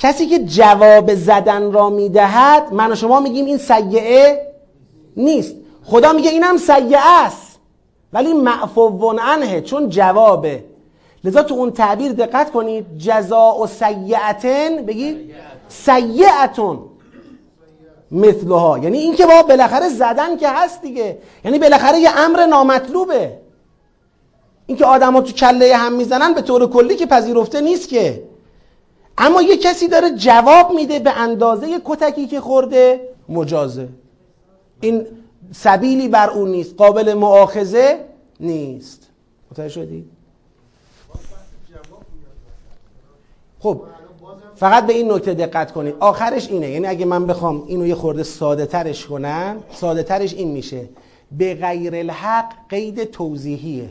کسی که جواب زدن را میدهد، من و شما میگیم این سیئه نیست، خدا میگه اینم سیئه است ولی معفو عنه، چون جوابه. لذا تو اون تعبیر دقت کنید، جزاء سیئتن بگید سیئتون مثلها، یعنی این که با بالاخره زدن که هست دیگه، یعنی بالاخره یه امر نامطلوبه. این که آدم ها تو کله هم میزنن به طور کلی که پذیرفته نیست که، اما یه کسی داره جواب میده به اندازه کتکی که خورده مجازه، این سبیلی بر اون نیست، قابل مؤاخذه نیست. متوجه شدی؟ خب فقط به این نکته دقت کنید، آخرش اینه، یعنی اگه من بخوام اینو یه خورده ساده ترش کنم، ساده ترش این میشه: به غیر الحق قید توضیحیه.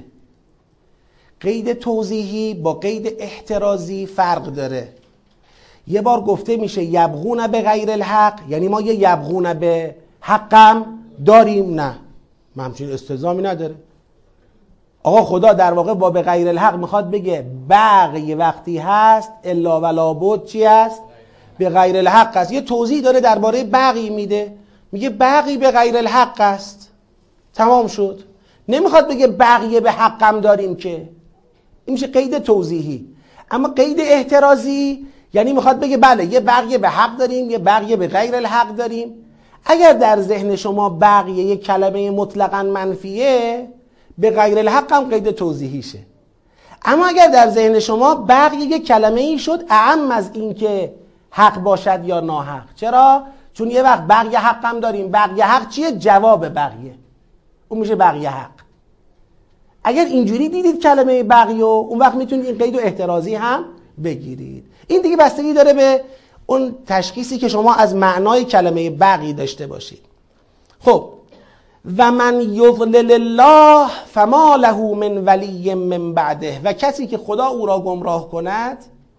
قید توضیحی با قید احترازی فرق داره. یه بار گفته میشه یبغون به غیر الحق، یعنی ما یه یبغون به حقم داریم، نه ما همچین استلزامی نداره. آقا خدا در واقع با به غیر الحق میخواد بگه بغی وقتی هست الا ولا بد چی هست؟ به غیر الحق است. یه توضیح داره درباره بغی میده، میگه بغی به غیر الحق است، تمام شد. نمیخواد بگه بغی به حقم داریم که، این میشه قید توضیحی. اما قید احترازی یعنی میخواد بگه بله یه بغی به حق داریم، یه بغی به غیر الحق داریم. اگر در ذهن شما بغی یه کلمه مطلقاً منفیه، به غیر الحق هم قید توضیحیشه. اما اگر در ذهن شما بغی یه کلمه ای شد اعم از این که حق باشد یا ناحق. چرا؟ چون یه وقت بغی حق هم داریم، بغی حق چیه؟ جواب بغیه، اون میشه بغی حق. اگر اینجوری دیدید کلمه بغی، اون وقت میتونید این قید و احترازی هم بگیرید. این دیگه بستگی داره به اون تشخیصی که شما از معنای کلمه بغی داشته باشید. خب و من یضلل الله فما له من ولی من بعده، و کسی که خدا او را گمراه کند،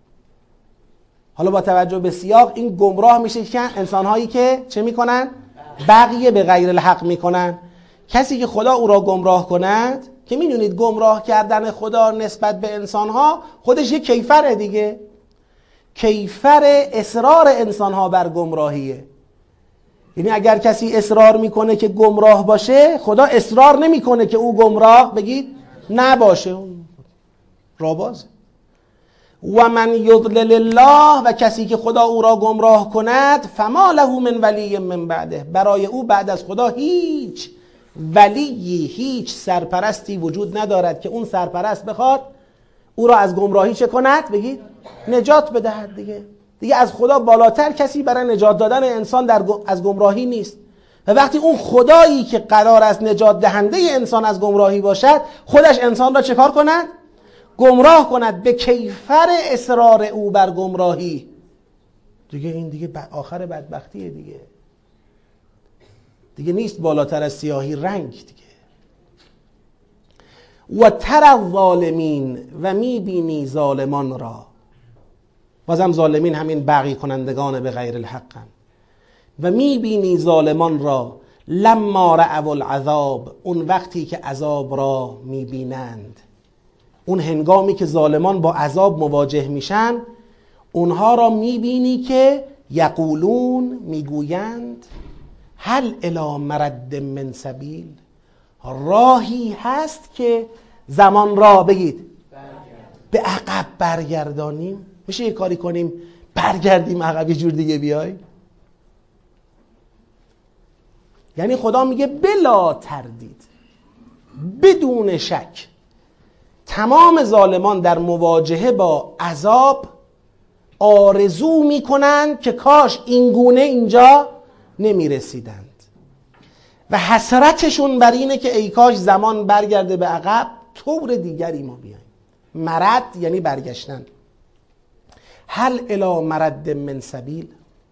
حالا با توجه به سیاق این گمراه میشه که انسانهایی که چه میکنن؟ بغی به غیر الحق میکنن. کسی که خدا او را گمراه کند، که میدونید گمراه کردن خدا نسبت به انسانها خودش یک کیفره دیگه، کیفر اصرار انسانها بر گمراهیه. یعنی اگر کسی اصرار میکنه که گمراه باشه، خدا اصرار نمیکنه که او گمراه بگید نباشه، رابازه. و من یضلل الله، و کسی که خدا او را گمراه کند، فما له من ولی من بعده، برای او بعد از خدا هیچ ولیی، هیچ سرپرستی وجود ندارد که اون سرپرست بخواد او را از گمراهی چه کند؟ بگید نجات بدهد. دیگه دیگه از خدا بالاتر کسی برای نجات دادن انسان در از گمراهی نیست. و وقتی اون خدایی که قرار است نجات دهنده انسان از گمراهی باشد، خودش انسان را چه کار کند؟ گمراه کند به کیفر اصرار او بر گمراهی. دیگه این دیگه آخر بدبختیه دیگه. دیگه نیست بالاتر از سیاهی رنگ دیگه. و تر الظالمین، و میبینی ظالمان را، بازم ظالمین همین بغی کنندگان به غیر الحق هم. و میبینی ظالمان را لما رأوا العذاب، اون وقتی که عذاب را میبینند، اون هنگامی که ظالمان با عذاب مواجه میشن، اونها را میبینی که یقولون، میگویند هل الی مرد من سبیل، راهی هست که زمان را بگید به عقب برگردانیم. میشه یه کاری کنیم برگردیم عقب یه جور دیگه بیای؟ یعنی خدا میگه بلا تردید، بدون شک، تمام ظالمان در مواجهه با عذاب آرزو میکنند که کاش اینگونه اینجا نمیرسیدند و حسرتشون بر اینه که ای کاش زمان برگرده به عقب، طور دیگری ما بیایم. مرد یعنی برگشتن. هل الی مرد من سبیل،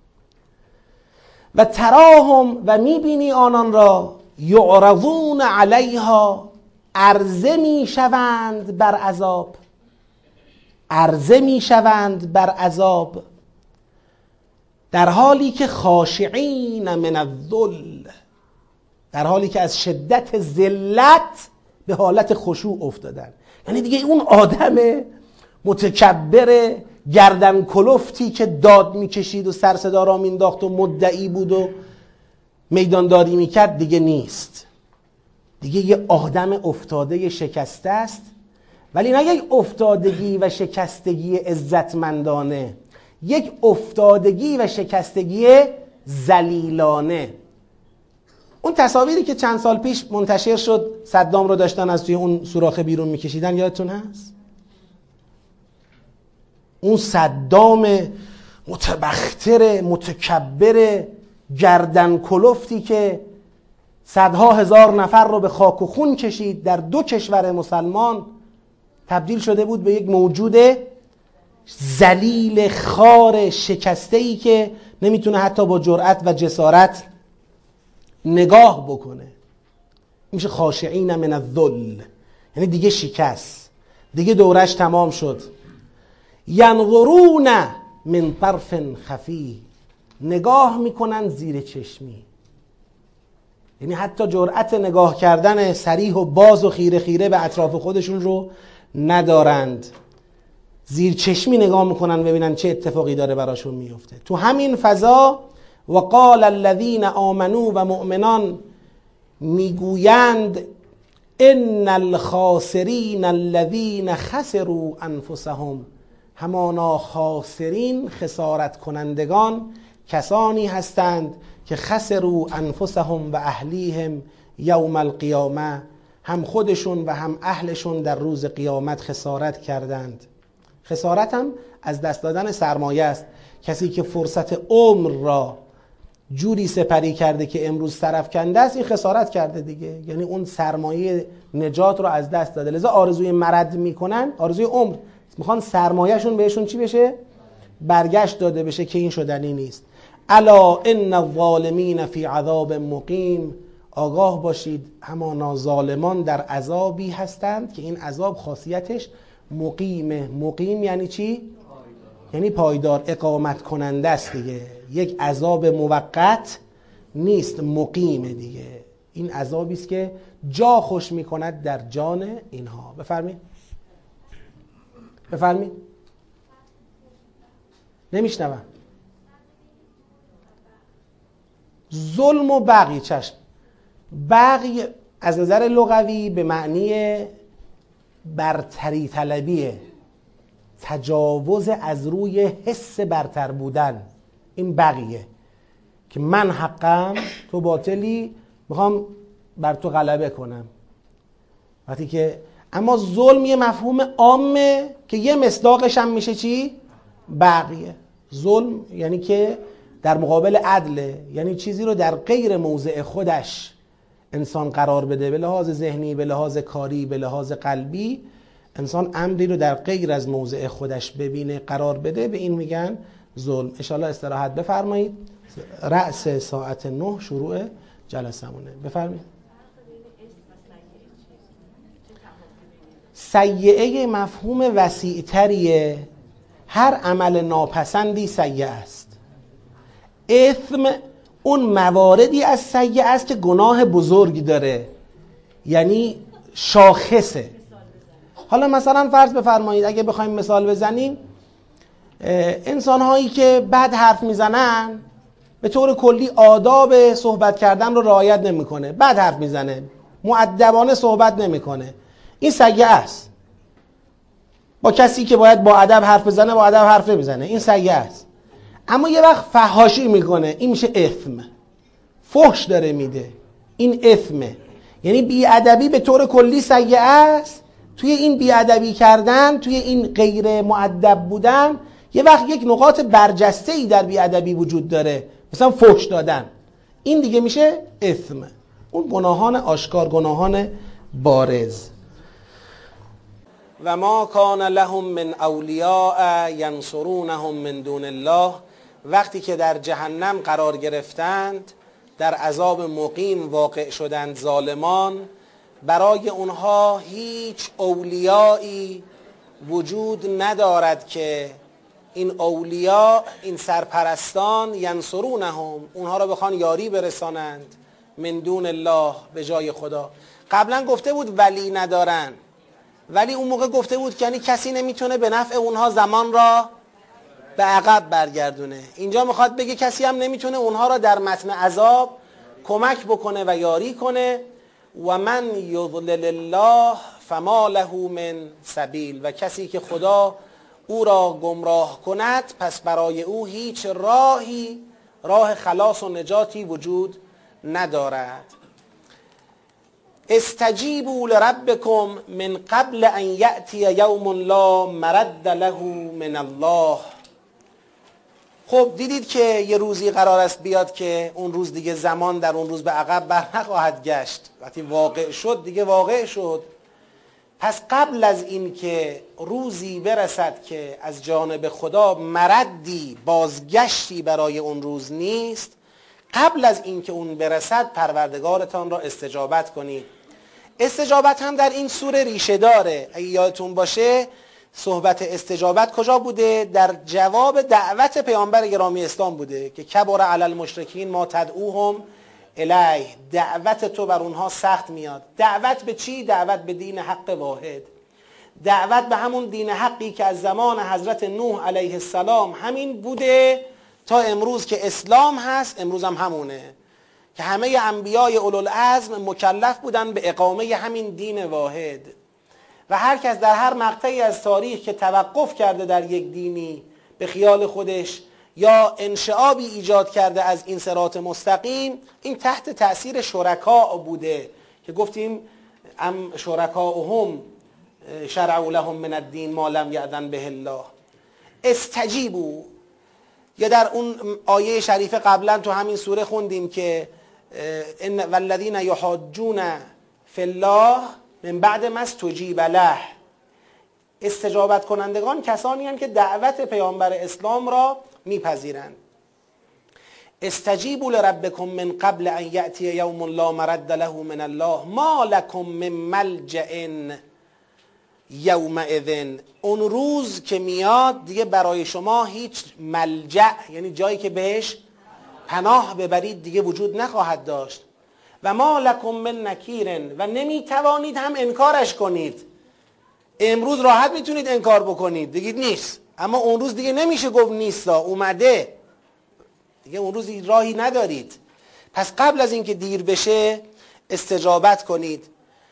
و تراهم، و میبینی آنان را یعرضون علیها، عرضه میشوند بر عذاب، عرضه میشوند بر عذاب، در حالی که خاشعین من الذل، در حالی که از شدت ذلت به حالت خشوع افتادن. یعنی دیگه اون آدم متکبر گردن کلفتی که داد میکشید و سر صدا را مینداخت و مدعی بود و میدانداری میکرد دیگه نیست. دیگه یه آدم افتاده شکسته است، ولی نه یک افتادگی و شکستگی عزتمندانه، یک افتادگی و شکستگی ذلیلانه. اون تصاویری که چند سال پیش منتشر شد صدام رو داشتن از توی اون سوراخ بیرون میکشیدن، یادتون هست؟ اون صدام متبختر متکبر گردن کلفتی که صدها هزار نفر رو به خاک و خون کشید در دو کشور مسلمان، تبدیل شده بود به یک موجود ذلیل خار شکسته‌ای که نمیتونه حتی با جرأت و جسارت نگاه بکنه. میشه خاشعین من الذل، یعنی دیگه شکست، دیگه دورش تمام شد. ینظرون من طرف خفی، نگاه میکنن زیر چشمی، یعنی حتی جرأت نگاه کردن صریح و باز و خیره خیره به اطراف خودشون رو ندارند، زیر چشمی نگاه میکنن ببینن چه اتفاقی داره براشون میفته. تو همین فضا و قال الذین آمنوا و مؤمنان میگویند ان الخاسرین الذین خسروا انفسهم، همانا خاسرین خسارت کنندگان کسانی هستند که خسروا انفسهم و اهلیهم یوم القیامه، هم خودشون و هم اهلشون در روز قیامت خسارت کردند. خسارت هم از دست دادن سرمایه است. کسی که فرصت عمر را جوری سپری کرده که امروز طرف کنده است، این خسارت کرده دیگه، یعنی اون سرمایه نجات رو از دست داده. لذا آرزوی مرد میکنن، آرزوی عمر، میخوان سرمایهشون بهشون چی بشه؟ برگشت داده بشه، که این شدنی نیست. الا ان الظالمین فی عذاب مقیم، آگاه باشید همانا ظالمان در عذابی هستند که این عذاب خاصیتش مقیمه. مقیم یعنی چی؟ یعنی پایدار، اقامت کننده است دیگه، یک عذاب موقت نیست، مقیمه دیگه. این عذابی است که جا خوش میکند در جان اینها. بفرمایید بفرمایید نمیشنوم. ظلم و بغی، چشم. بغی از نظر لغوی به معنی برتری طلبیه، تجاوز از روی حس برتر بودن. این بغیه که من حقم تو باطلی، میخوام بر تو غلبه کنم. وقتی که اما ظلم یه مفهوم عامه که یه مصداقش هم میشه چی؟ بغیه. ظلم یعنی که در مقابل عدله، یعنی چیزی رو در غیر موضع خودش انسان قرار بده، به لحاظ ذهنی، به لحاظ کاری، به لحاظ قلبی. انسان امری رو در غیر از موضع خودش ببینه، قرار بده، به این میگن ظلم. انشاءالله استراحت بفرمایید، رأس ساعت نه شروع جلسمونه. بفرمایید. سیئه مفهوم وسیع‌تریه، هر عمل ناپسندی سیئه است. اثم اون مواردی از سیئه است که گناه بزرگ داره، یعنی شاخصه. حالا مثلا فرض بفرمایید اگه بخوایم مثال بزنیم، انسان هایی که بد حرف میزنن به طور کلی آداب صحبت کردن رو رعایت نمیکنه، بد حرف میزنه، مؤدبانه صحبت نمیکنه، این سیئه است. با کسی که باید با ادب حرف بزنه با ادب حرف نمیزنه، این سیئه است. اما یه وقت فحاشی میکنه، این میشه اثم. فحش داره میده، این اثمه. یعنی بیادبی به طور کلی سیئه است. توی این بیادبی کردن، توی این غیر مؤدب بودن، یه وقت یک نقاط برجسته ای در بیادبی وجود داره، مثلا فحش دادن، این دیگه میشه اثم. اون گناهان آشکار، گناهان بارز. و ما کان لهم من اولیاء ینصرونهم من دون الله، وقتی که در جهنم قرار گرفتند، در عذاب مقیم واقع شدند ظالمان، برای اونها هیچ اولیایی وجود ندارد که این اولیا، این سرپرستان، ینصرونهم، اونها را بخوان یاری برسانند، من دون الله، به جای خدا. قبلا گفته بود ولی ندارن، ولی اون موقع گفته بود که یعنی کسی نمیتونه به نفع اونها زمان را به عقب برگردونه. اینجا میخواد بگه کسی هم نمیتونه اونها را در متن عذاب کمک بکنه و یاری کنه. و من یضلل الله فما له من سبیل، و کسی که خدا او را گمراه کند پس برای او هیچ راهی، راه خلاص و نجاتی وجود ندارد. استجیبوا لربکم من قبل ان یأتی یوم لا مرد له من الله. خب دیدید که یه روزی قرار است بیاد که اون روز دیگه زمان در اون روز به عقب بر نخواهد گشت. وقتی واقع شد دیگه واقع شد. پس قبل از این که روزی برسد که از جانب خدا مردی، بازگشتی برای اون روز نیست، قبل از این که اون برسد پروردگارتان را استجابت کنید. استجابت هم در این سوره ریشه داره. اگه یادتون باشه صحبت استجابت کجا بوده؟ در جواب دعوت پیامبر گرامی اسلام بوده که کبر علی المشرکین ما تدعوهم الیه. دعوت تو بر اونها سخت میاد. دعوت به چی؟ دعوت به دین حق واحد، دعوت به همون دین حقی که از زمان حضرت نوح علیه السلام همین بوده تا امروز که اسلام هست. امروز هم همونه که همه انبیای اولوالعزم مکلف بودن به اقامه همین دین واحد، و هر کس در هر مقطعی از تاریخ که توقف کرده در یک دینی به خیال خودش یا انشعابی ایجاد کرده از این صراط مستقیم، این تحت تأثیر شرکا بوده که گفتیم ام شرکاهم شرعوا لهم من الدین ما لم یأذن به الله. استجیبوا، یا در اون آیه شریف قبلا تو همین سوره خوندیم که ان والذین یحاجون فی الله من بعد ما استجیب له. استجابت کنندگان کسانی هستند که دعوت پیامبر اسلام را میپذیرند. استجیبوا لربکم من قبل ان یأتی یوم لا مرد له من الله ما لکم من ملجأ یومئذ. اون روز که میاد دیگه برای شما هیچ ملجأ، یعنی جایی که بهش پناه ببرید، دیگه وجود نخواهد داشت. و ما لکم من نکیر، و نمیتوانید هم انکارش کنید. امروز راحت میتونید انکار بکنید بگید نیست، اما اون روز دیگه نمیشه گفت نیستا، اومده دیگه، اون روز راهی ندارید. پس قبل از اینکه دیر بشه استجابت کنید.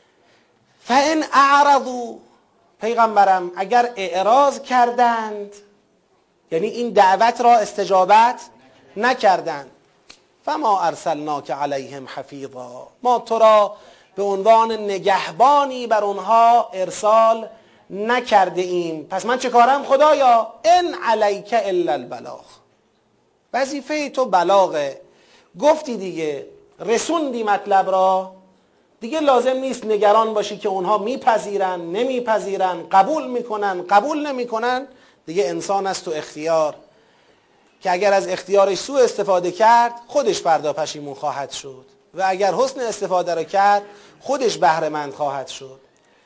فان اعرضوا، پیغمبرم اگر اعراض کردند، یعنی این دعوت را استجابت نکردند، فما ارسلناک علیهم حفیظا، ما تو را به عنوان نگهبانی بر اونها ارسال نکرده ایم. پس من چه کارم خدایا؟ ان علیک الا البلاغ، وظیفه تو بلاغه. گفتی دیگه، رسوندی مطلب را، دیگه لازم نیست نگران باشی که اونها میپذیرن نمیپذیرن، قبول میکنن قبول نمیکنن. دیگه انسان است تو اختیار که اگر از اختیارش سوء استفاده کرد خودش فردا پشیمون خواهد شد، و اگر حسن استفاده را کرد خودش بهره مند خواهد شد.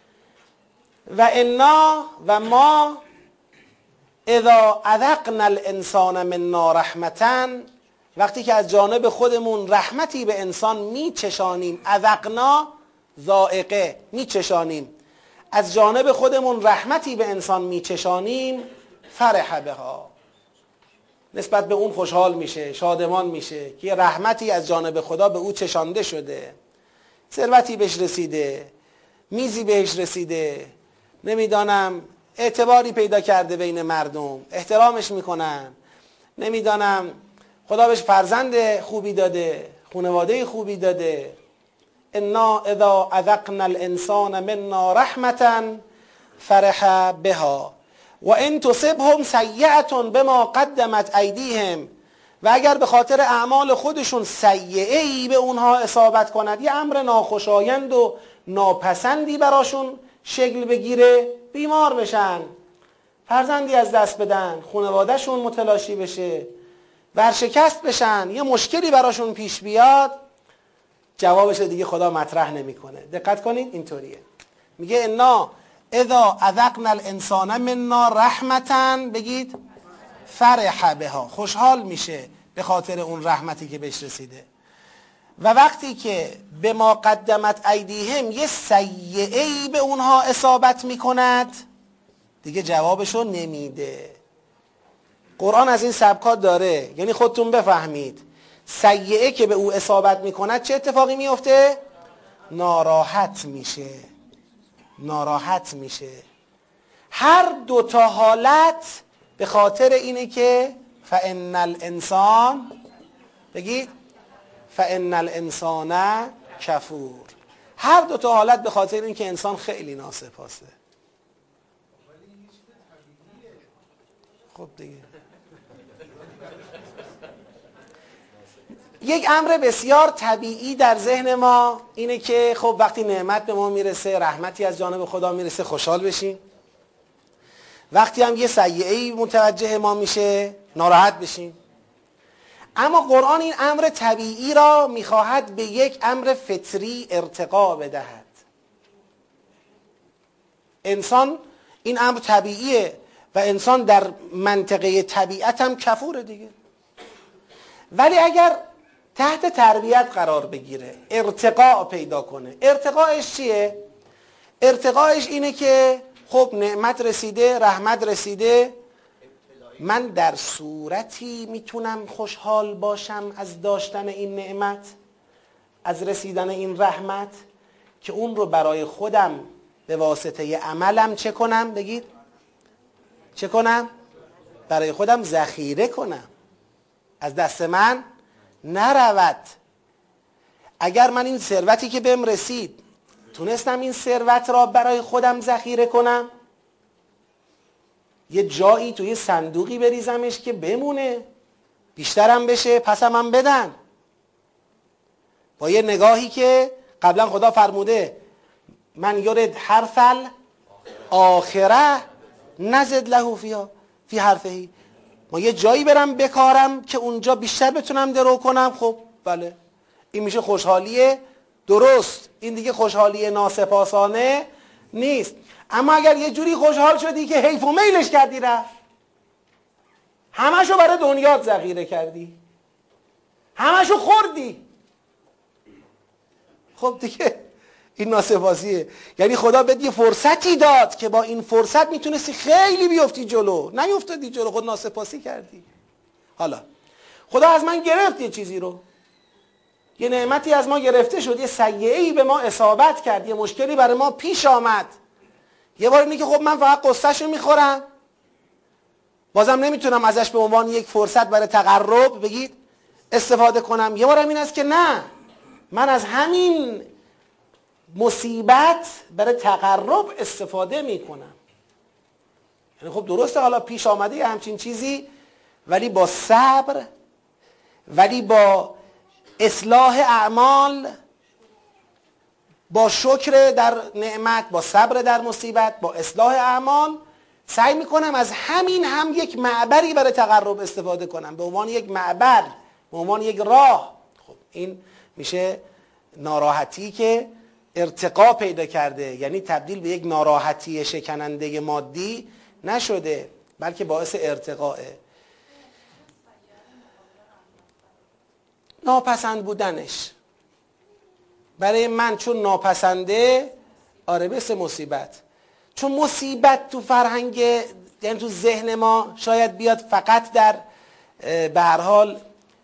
و انا، و ما اذا اذقنا الانسان منا رحمتا، وقتی که از جانب خودمون رحمتی به انسان میچشانیم، اذقنا ذائقه، میچشانیم، از جانب خودمون رحمتی به انسان میچشانیم، فرح بها، نسبت به اون خوشحال میشه، شادمان میشه که یه رحمتی از جانب خدا به او چشانده شده، ثروتی بهش رسیده، میزی بهش رسیده، نمیدانم اعتباری پیدا کرده بین مردم، احترامش میکنن، نمیدانم خدا بهش فرزند خوبی داده، خانواده خوبی داده. انا اذا اذقنا الانسان منا رحمتا فرح بها و ان تصبهم سیئة بما قدمت ایدیهم، و اگر به خاطر اعمال خودشون سیئه‌ای به اونها اصابت کند، یه امر ناخوشایند و ناپسندی براشون شکل بگیره، بیمار بشن، فرزندی از دست بدن، خانوادهشون متلاشی بشه، ورشکست بشن، یه مشکلی براشون پیش بیاد، جوابش دیگه خدا مطرح نمیکنه. دقت کنید اینطوریه، میگه انا اذا اذقنا الانسان منا رحمتا، بگید فرح بها، خوشحال میشه به خاطر اون رحمتی که بهش رسیده. و وقتی که به ما قدمت ایدیهم، یه سیئه‌ای به اونها اصابت میکند، دیگه جوابشو نمیده. قرآن از این سبکات داره، یعنی خودتون بفهمید سیئه که به او اصابت میکند چه اتفاقی میفته؟ ناراحت میشه، ناراحت میشه. هر دو تا حالت به خاطر اینه که فإن الانسان، بگید فإن الانسان کفور، هر دو تا حالت به خاطر اینکه انسان خیلی ناسپاسه. خب دیگه یک امر بسیار طبیعی در ذهن ما اینه که خب وقتی نعمت به ما میرسه، رحمتی از جانب خدا میرسه، خوشحال بشیم. وقتی هم یه سیئه‌ای متوجه ما میشه ناراحت بشیم. اما قرآن این امر طبیعی را میخواهد به یک امر فطری ارتقا بدهد. انسان این امر طبیعیه و انسان در منطقه طبیعت هم کفوره دیگه. ولی اگر تحت تربیت قرار بگیره، ارتقا پیدا کنه، ارتقاش چیه؟ ارتقاش اینه که خب نعمت رسیده، رحمت رسیده، من در صورتی میتونم خوشحال باشم از داشتن این نعمت، از رسیدن این رحمت، که اون رو برای خودم به واسطه عملم چه کنم؟ بگید چه کنم؟ برای خودم ذخیره کنم، از دست من نرود. اگر من این ثروتی که بهم رسید تونستم این ثروت را برای خودم ذخیره کنم، یه جایی توی صندوقی بریزمش که بمونه، بیشترم بشه، پسم هم بدن، با یه نگاهی که قبلا خدا فرموده من یرد حرفل آخره نزد له فیها فی حرفهی، ما یه جایی برم بکارم که اونجا بیشتر بتونم درو کنم. خب بله، این میشه خوشحالی درست، این دیگه خوشحالی ناسپاسانه نیست. اما اگر یه جوری خوشحال شدی که حیف و میلش کردی رفت، همشو برای دنیات ذخیره کردی، همشو خوردی، خب دیگه این ناسپاسیه. یعنی خدا بهت یه فرصتی داد که با این فرصت میتونستی خیلی بیفتی جلو، نیفتادی جلو، خود ناسپاسی کردی. حالا خدا از من گرفت یه چیزی رو، یه نعمتی از ما گرفته شد، یه سیئه‌ای به ما اصابت کرد، یه مشکلی برای ما پیش آمد. یه بار اینه که خب من فقط قصه‌شو میخورم، بازم نمیتونم ازش به عنوان یک فرصت برای تقرب بگید استفاده کنم. یه بارم این است که نه، من از همین مصیبت برای تقرب استفاده میکنم. یعنی خب درسته حالا پیش آمده یه همچین چیزی، ولی با صبر، ولی با اصلاح اعمال، با شکر در نعمت، با صبر در مصیبت، با اصلاح اعمال، سعی میکنم از همین هم یک معبری برای تقرب استفاده کنم، به عنوان یک معبر، به عنوان یک راه. خب این میشه ناراحتی که ارتقا پیدا کرده، یعنی تبدیل به یک ناراحتی شکننده مادی نشده، بلکه باعث ارتقاءه. ناپسند بودنش برای من چون ناپسنده، آره مثل مصیبت. چون مصیبت تو فرهنگ، یعنی تو ذهن ما شاید بیاد فقط در به هر حال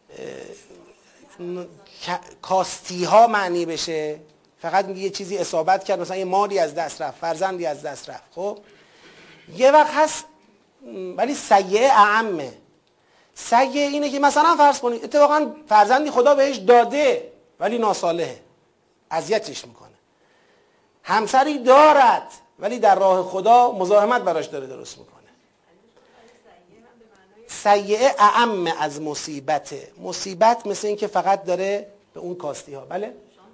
کاستی ها معنی بشه، فقط میگه یه چیزی اصابت کرد، مثلا یه مالی از دست رفت، فرزندی از دست رفت. خب یه وقت هست ولی سیئه اعمه. سیئه اینه که مثلا فرض کنید اتفاقا فرزندی خدا بهش داده ولی ناصالحه، اذیتش میکنه. همسری دارد ولی در راه خدا مزاحمت براش داره درست میکنه. سیئه اعم از مصیبته. مصیبت مثل این که فقط داره به اون کاستی ها. بله؟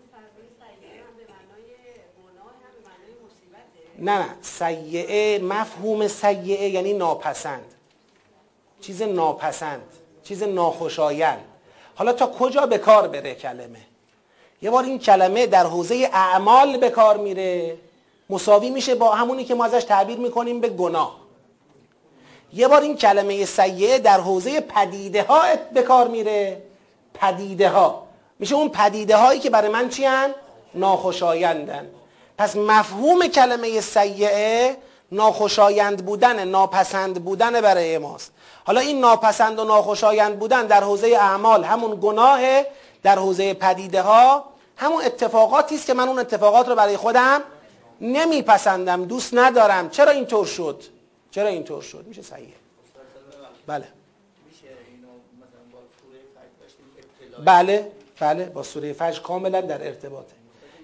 نه نه، سیئه مفهوم سیئه یعنی ناپسند، چیز ناپسند، چیز ناخوشایند. حالا تا کجا به کار بره کلمه؟ یه بار این کلمه در حوزه اعمال به کار میره، مساوی میشه با همونی که ما ازش تعبیر میکنیم به گناه. یه بار این کلمه سیئه در حوزه پدیده ها به کار میره، پدیده ها میشه اون پدیده هایی که برای من چی هن؟ ناخوشایندن. پس مفهوم کلمه سیئه ناخوشایند بودن، ناپسند بودن برای ماست. حالا این ناپسند و ناخوشایند بودن در حوزه اعمال همون گناهه، در حوزه پدیده ها همون اتفاقاتی است که من اون اتفاقات رو برای خودم نمیپسندم، دوست ندارم. چرا اینطور شد؟ چرا اینطور شد؟ میشه صحیحه. بله. میشه اینو مثلا با سوره فجر داشتیم ابتلا. بله بله با سوره فجر کاملا در ارتباطه.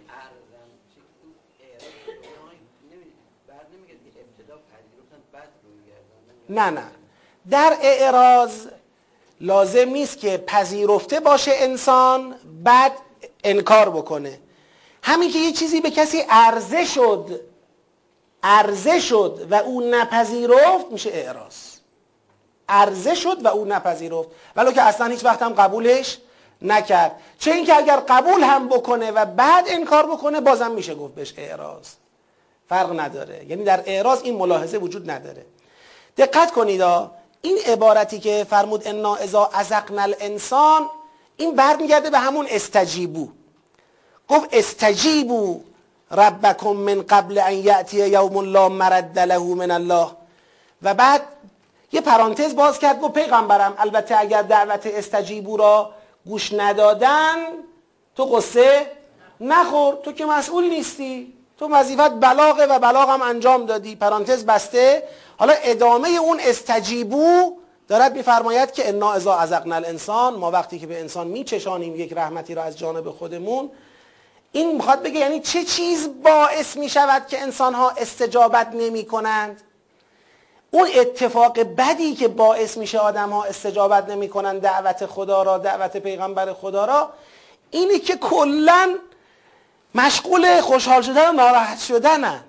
نه نه در اعراض لازم نیست که پذیرفته باشه انسان بعد انکار بکنه. همین که یه چیزی به کسی عرضه شد عرضه شد و او نپذیرفت میشه اعراض. عرضه شد و او نپذیرفت ولو که اصلا هیچ وقت هم قبولش نکرد. چه اینکه اگر قبول هم بکنه و بعد انکار بکنه بازم میشه گفت بهش اعراض، فرق نداره. یعنی در اعراض این ملاحظه وجود نداره. دقت کنید این عبارتی که فرمود انا اذا اذقنا الانسان، این برمیگرده به همون استجیبو. گفت استجیبو ربکم من قبل ان یأتی یوم لا مرد له من الله، و بعد یه پرانتز باز کرد گفت پیغمبرم البته اگر دعوت استجیبو را گوش ندادن تو قصه نخور، تو که مسئول نیستی، تو وظیفت بلاغه و بلاغ هم انجام دادی. پرانتز بسته. حالا ادامه اون استجیبو دارد میفرماید که انا اذا اذقنا الانسان، ما وقتی که به انسان میچشانیم یک رحمتی را از جانب خودمون. این میخواد بگه یعنی چه چیز باعث میشود که انسانها استجابت نمی کنند؟ اون اتفاق بدی که باعث میشه آدمها استجابت نمی کنند دعوت خدا را، دعوت پیغمبر خدا را، اینه که کلن مشغول خوشحال شدن و ناراحت شدنن.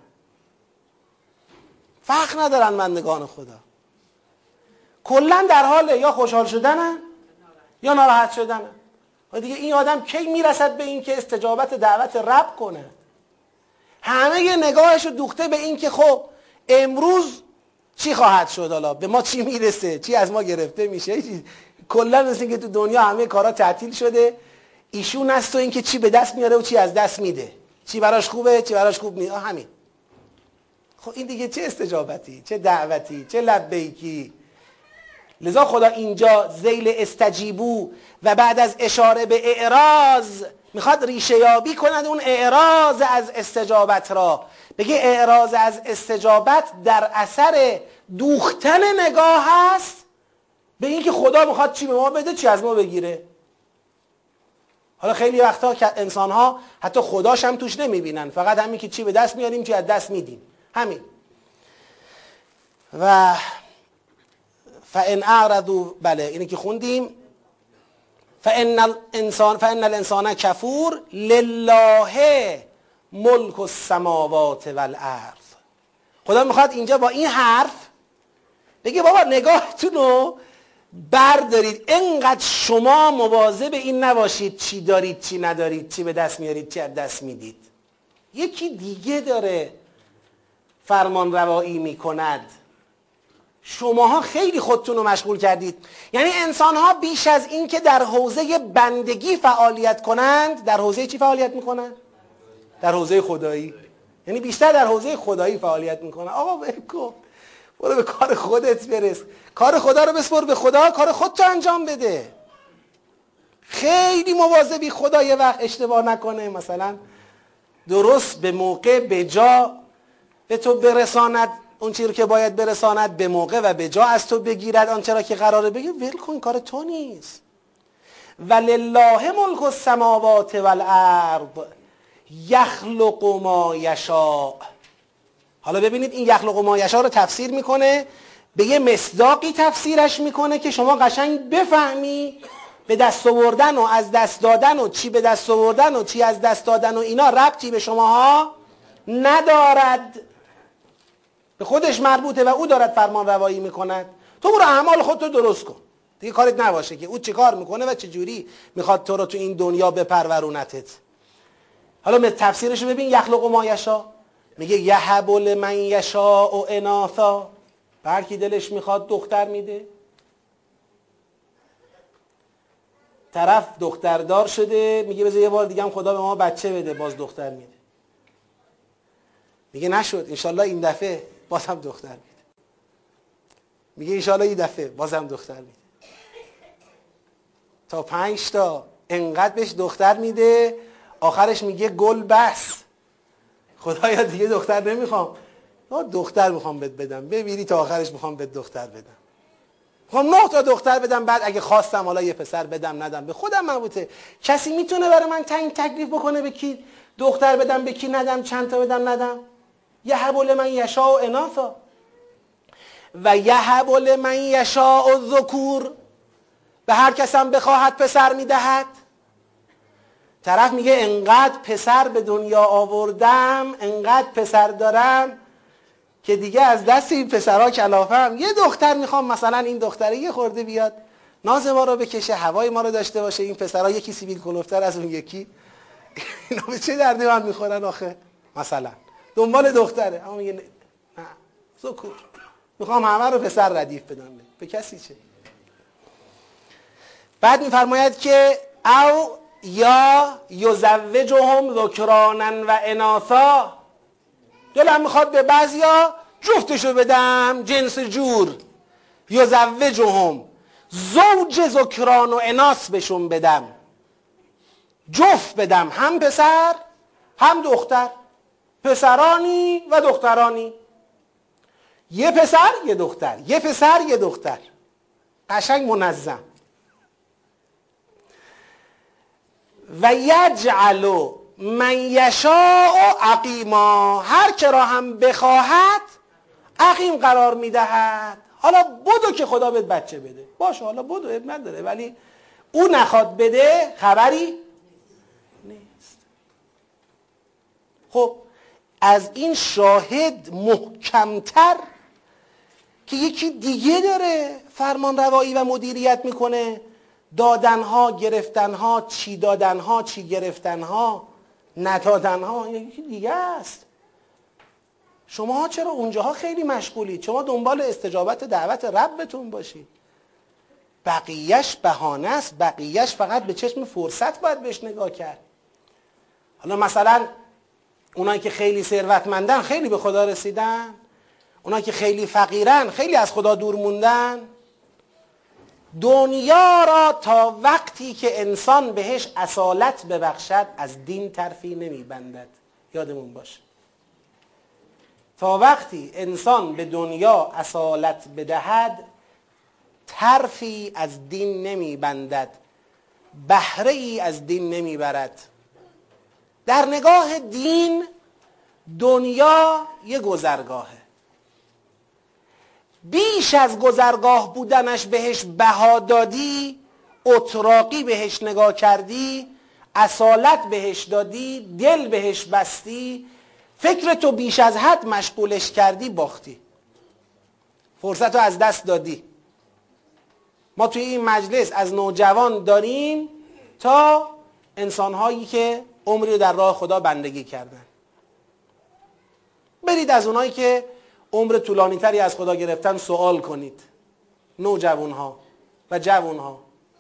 فرق ندارن بندگان خدا، کلن در حال یا خوشحال شدنن یا ناراحت شدنن. و دیگه این آدم کی میرسد به این که استجابت دعوت رب کنه؟ همه یه نگاهشو دوخته به این که خب امروز چی خواهد شد، حالا به ما چی میرسه، چی از ما گرفته میشه. کلا مثل اینکه تو دنیا همه کارا تعطیل شده، ایشون است و این که چی به دست میاره و چی از دست میده، چی براش خوبه چی براش خوب نیست، همین. خب این دیگه چه استجابتی، چه دعوتی، چه لبیکی. لذا خدا اینجا ذیل استجیبو و بعد از اشاره به اعراض میخواد ریشه یابی کند اون اعراض از استجابت را. بگه اعراض از استجابت در اثر دوختن نگاه هست به این که خدا میخواد چی به ما بده چی از ما بگیره. حالا خیلی وقتا که انسان ها حتی خداش هم توش نمیبینن، فقط همین که چی به دست میاریم چی از دست میدیم، همین. و فان اعرضوا، بله اینی که خوندیم، فان الانسان فان الانسان کفور لله ملک السماوات والارض. خدا میخواد اینجا با این حرف بگه بابا نگاهتون رو بردارید، اینقدر شما مواظب این نباشید چی دارید چی ندارید، چی به دست میارید چی از دست میدید. یکی دیگه داره فرمان روایی میکند. شماها خیلی خودتون رو مشغول کردید. یعنی انسانها بیش از این که در حوزه بندگی فعالیت کنند، در حوزه چی فعالیت میکنند؟ در حوزه خدایی. یعنی بیشتر در حوزه خدایی فعالیت میکنن. آقا ول کن، برو به کار خودت برس، کار خدا رو بسپر به خدا، کار خودت انجام بده. خیلی مواظبی خدا یه وقت اشتباه نکنه، مثلا درست به موقع به جا به تو برساند اون چیزی که باید برساند، به موقع و به جا از تو بگیرد آنچه را که قراره بگیر. ول کن، کار تو نیست. ولله ملک السماوات والارض یخلق ما یشاء. حالا ببینید این یخلق ما یشاء رو تفسیر میکنه، به یه مصداقی تفسیرش میکنه که شما قشنگ بفهمی به دست آوردن و از دست دادن و چی به دست آوردن و چی از دست دادن و اینا ربطی به شماها ندارد، به خودش مربوطه و او دارد فرمان روایی میکند. تو برو اعمال خودتو درست کن، دیگه کارت نباشه که او چه کار میکنه و چه جوری میخواد تو رو تو این دنیا بپرورونتت. حالا به تفسیرش ببین، یخلق ما یشاء میگه یهب لمن یشاء اناثا، به هر کی دلش میخواد دختر میده. طرف دختردار شده میگه بذار یه بار دیگه هم خدا به ما بچه بده، باز دختر میده. میگه نشد، انشالله این دفعه بازم دختر میده. میگه انشالله یه دفعه، بازم دختر میده. تا پنج تا انقدر بهش دختر میده، آخرش میگه گل بس، خدایا دیگه دختر نمیخوام، دختر میخوام بهت بدم، ببینی تا آخرش میخوام بهت دختر بدم، میخوام نه تا دختر بدم، بعد اگه خواستم حالا یه پسر بدم ندم به خودم مربوطه. کسی میتونه برای من تعیین تکلیف بکنه به کی دختر بدم به کی ندم، چند تا بدم ندم؟ یهب لمن یشاء اناثا و یهب لمن یشاء الذکور، به هر کسم بخواهد پسر میدهد. طرف میگه انقدر پسر به دنیا آوردم، انقدر پسر دارم که دیگه از دست این پسرها کلافم، یه دختر میخوام، مثلا این دختره یه خورده بیاد ناز ما رو بکشه، هوای ما رو داشته باشه، این پسرها یکی سیبیل کلوفتر از اون یکی، اینا به چه دردی من میخورن آخه؟ مثلا دنبال دختره، اما میگه نه ذکور، میخوام همه رو پسر ردیف بدم، به کسی چه؟ بعد میفرماید که او یا یزوجهم ذکرانا و اناثا، دلم میخواد به بعضیا جفتشو بدم جنس جور، یزوجهم زوج ذکران و اناث بهشون بدم، جفت بدم، هم پسر هم دختر، پسرانی و دخترانی، یه پسر یه دختر، یه پسر یه دختر، قشنگ منظم. و یجعل من یشاء عقیما، هر که را هم بخواهد عقیم قرار میدهد. حالا بدو که خدا بهت بچه بده، باشه حالا بدو، اب نداره، ولی او نخواد بده خبری نیست. خب از این شاهد محکمتر که یکی دیگه داره فرمان روایی و مدیریت میکنه، دادنها گرفتنها، چی دادنها چی گرفتنها، ندادنها، یکی دیگه است. شما چرا اونجاها خیلی مشغولید؟ شما دنبال استجابت دعوت ربتون باشید، بقیهش بهانه است، بقیهش فقط به چشم فرصت باید بهش نگاه کرد. حالا مثلا اونایی که خیلی ثروتمندن خیلی به خدا رسیدن، اونایی که خیلی فقیرن خیلی از خدا دور موندن. دنیا را تا وقتی که انسان بهش اصالت ببخشد از دین طرفی نمیبندد، یادمون باشه. تا وقتی انسان به دنیا اصالت بدهد طرفی از دین نمیبندد، بهره ای از دین نمیبرد. در نگاه دین دنیا یه گذرگاهه، بیش از گذرگاه بودنش بهش بها دادی، اتراقی بهش نگاه کردی، اصالت بهش دادی، دل بهش بستی، فکر تو بیش از حد مشغولش کردی، باختی، فرصت رو از دست دادی. ما توی این مجلس از نوجوان داریم تا انسانهایی که عمری در راه خدا بندگی کردن. برید از اونایی که عمر طولانی تری از خدا گرفتن سوال کنید، نوجوانها و جوانها،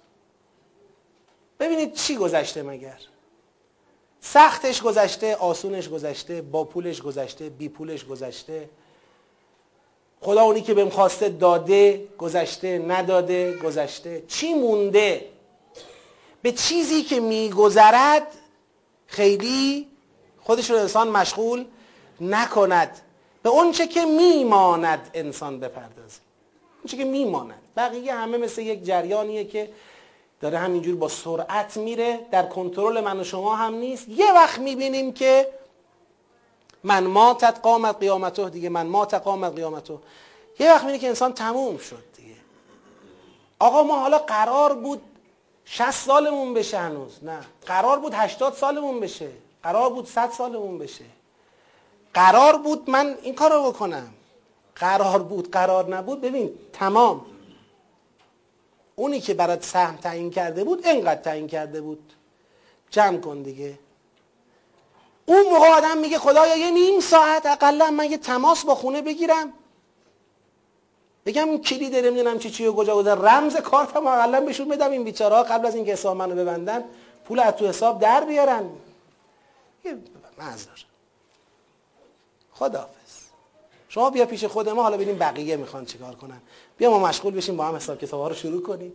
ببینید چی گذشته مگر؟ سختش گذشته، آسونش گذشته، با پولش گذشته، بی پولش گذشته، خدا اونی که بهم خواسته داده گذشته، نداده گذشته، چی مونده؟ به چیزی که میگذرد خیلی خودش رو انسان مشغول نکند، به اون چه که میماند انسان بپردازه، اون چه که میماند. بقیه همه مثل یک جریانیه که داره همینجور با سرعت میره، در کنترل من و شما هم نیست. یه وقت میبینیم که من ماتت قامت قیامته، دیگه من مات قامت قیامته، یه وقت میبینی که انسان تموم شد دیگه. آقا ما حالا قرار بود شصت سالمون بشه، هنوز نه، قرار بود هشتاد سالمون بشه، قرار بود صد سالمون بشه، قرار بود من این کار رو بکنم، قرار بود، قرار نبود، ببین تمام. اونی که برات سهم تعیین کرده بود اینقدر تعیین کرده بود، جمع کن دیگه. اون موقع آدم میگه خدایا یه نیم ساعت اقلا من یه تماس با خونه بگیرم، بگم این کلید نمیدونم چی چی و کجا گذار، رمز کارتم اقلا بهشون بدم، این بیچاره‌ها قبل از اینکه حساب منو ببندن پول از تو حساب در بیارن. یه معذر خداحافظ. شما بیا پیش خود ما، حالا ببینیم بقیه میخوان چیکار کنن. بیا ما مشغول بشیم با هم حساب کتابا رو شروع کنیم.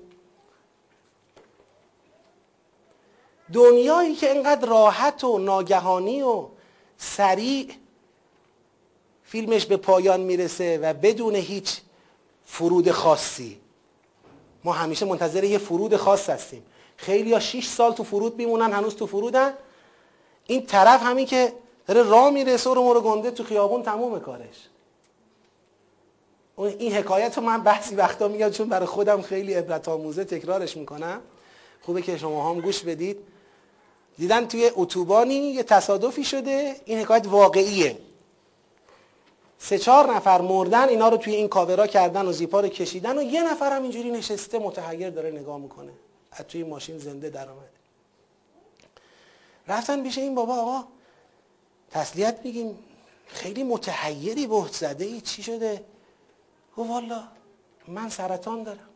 دنیایی که اینقدر راحت و ناگهانی و سریع فیلمش به پایان میرسه و بدون هیچ فرود خاصی. ما همیشه منتظر یه فرود خاص هستیم. خیلی ها شیش سال تو فرود میمونن، هنوز تو فرودن. این طرف همین که داره راه میره سر مرو گنده تو خیابون تموم کارش. این حکایت رو من بعضی وقتا میگم چون برای خودم خیلی عبرت آموزه تکرارش میکنم. خوبه که شما هم گوش بدید. دیدن توی اتوبانی یه تصادفی شده، این حکایت واقعیه. سه چهار نفر مردن، اینا رو توی این کاورا کردن و زیپا رو کشیدن و یه نفر هم اینجوری نشسته متحیر داره نگاه میکنه. از توی ماشین زنده در اومده. رفتن پیش این بابا، آقا تسلیت میگیم، خیلی متحیری، بهت زده ای، چی شده؟ گفت والا من سرطان دارم.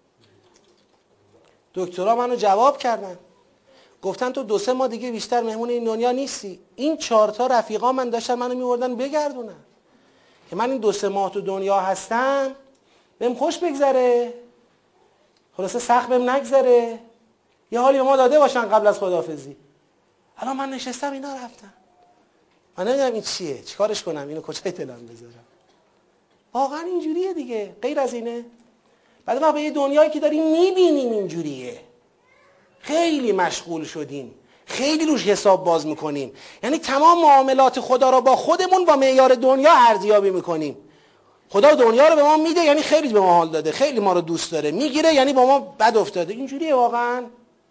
دکترها منو جواب کردن، گفتن تو دو سه ماه دیگه بیشتر مهمون این دنیا نیستی. این چهار تا رفیقا من داشتن منو میوردن بگردونن که من این دو سه ماه تو دنیا هستم بهم خوش بگذره، خلاصه سخت بهم نگذره، یه حالی به ما داده باشن قبل از خداحافظی. الان من نشستم اینا رفتن، من نمیدونم این چیه، چیکارش کنم، اینو کجای دلم بذارم. واقعا اینجوریه دیگه، غیر از اینه. بعد ما به یه دنیایی که داریم میبینیم اینجوریه، خیلی مشغول شدیم، خیلی روش حساب باز میکنیم. یعنی تمام معاملات خدا رو با خودمون با معیار دنیا ارزیابی میکنیم. خدا دنیا رو به ما میده یعنی خیلی به ما حال داده، خیلی ما رو دوست داره، میگیره یعنی با ما بد افتاده. اینجوریه واقعا.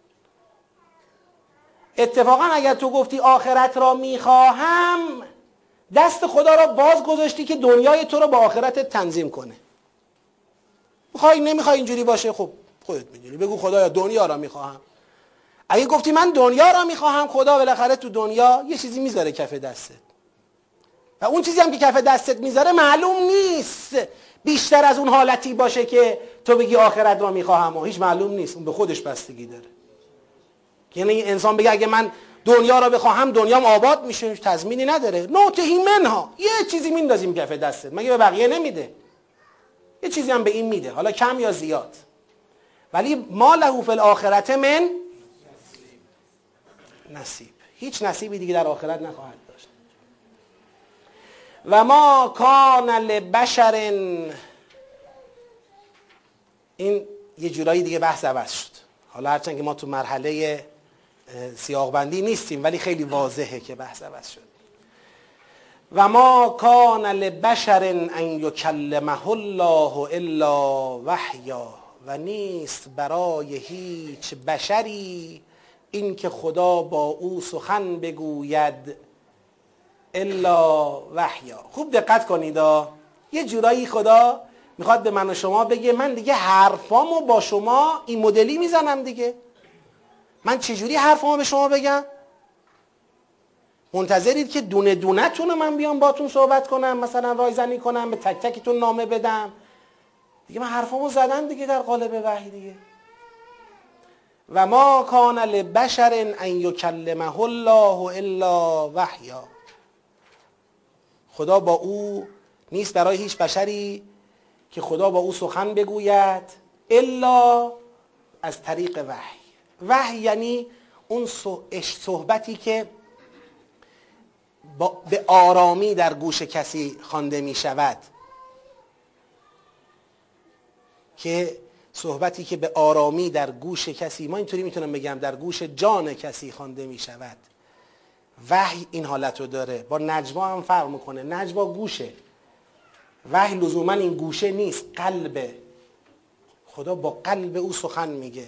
اتفاقا اگر تو گفتی آخرت را میخواهم، دست خدا را باز گذاشتی که دنیای تو رو با آخرتت تنظیم کنه. میخوای نمیخوای اینجوری باشه، خب خودت میدونی، بگو خدایا دنیا را میخواهم. اگه گفتی من دنیا را میخواهم، خدا بالاخره تو دنیا یه چیزی میذاره کف دستت و اون چیزی هم که کف دستت میذاره معلوم نیست بیشتر از اون حالتی باشه که تو بگی آخرت را میخواهم و هیچ معلوم نیست. اون به خودش بستگی داره. یعنی انسان بگه اگه من دنیا را بخواهم دنیام آباد میشه، تضمینی نداره. نوتهی منها، یه چیزی میندازیم کف دستت، مگه به بقیه نمیده؟ یه چیزی هم به این میده، حالا کم یا زیاد. ولی ما له فی الاخرت من نصیب، هیچ نصیبی دیگه در آخرت نخواهد داشت. و ما کان لبشر، این یه جورایی دیگه بحث عوض شد. حالا هرچند که ما تو مرحله سیاقبندی نیستیم ولی خیلی واضحه که بحث عوض شد. و ما کان لبشر ان یکلمه الله الا وحیا، و نیست برای هیچ بشری این که خدا با او سخن بگوید الا وحیا. خوب دقت کنید، یه جورایی خدا میخواد به من و شما بگه من دیگه حرفامو با شما این مدلی میزنم دیگه. من چجوری حرفامو به شما بگم؟ منتظرید که دونه دونه تون من بیام باتون صحبت کنم، مثلا رایزنی کنم، به تک تکتون نامه بدم دیگه؟ من حرفامو زدم دیگه در قالب وحی دیگه. و ما کان لبشر ان یکلمه الله الا وحیا، خدا با او نیست برای هیچ بشری که خدا با او سخن بگوید الا از طریق وحی. وحی یعنی اون صحبتی که به آرامی در گوش کسی خوانده می شود، که صحبتی که به آرامی در گوش کسی، ما اینطوری میتونم بگم در گوش جان کسی خوانده می شود. وحی این حالت رو داره. با نجوا هم فرق میکنه. نجوا گوشه، وحی لزوما این گوشه نیست، قلبه. خدا با قلب او سخن میگه.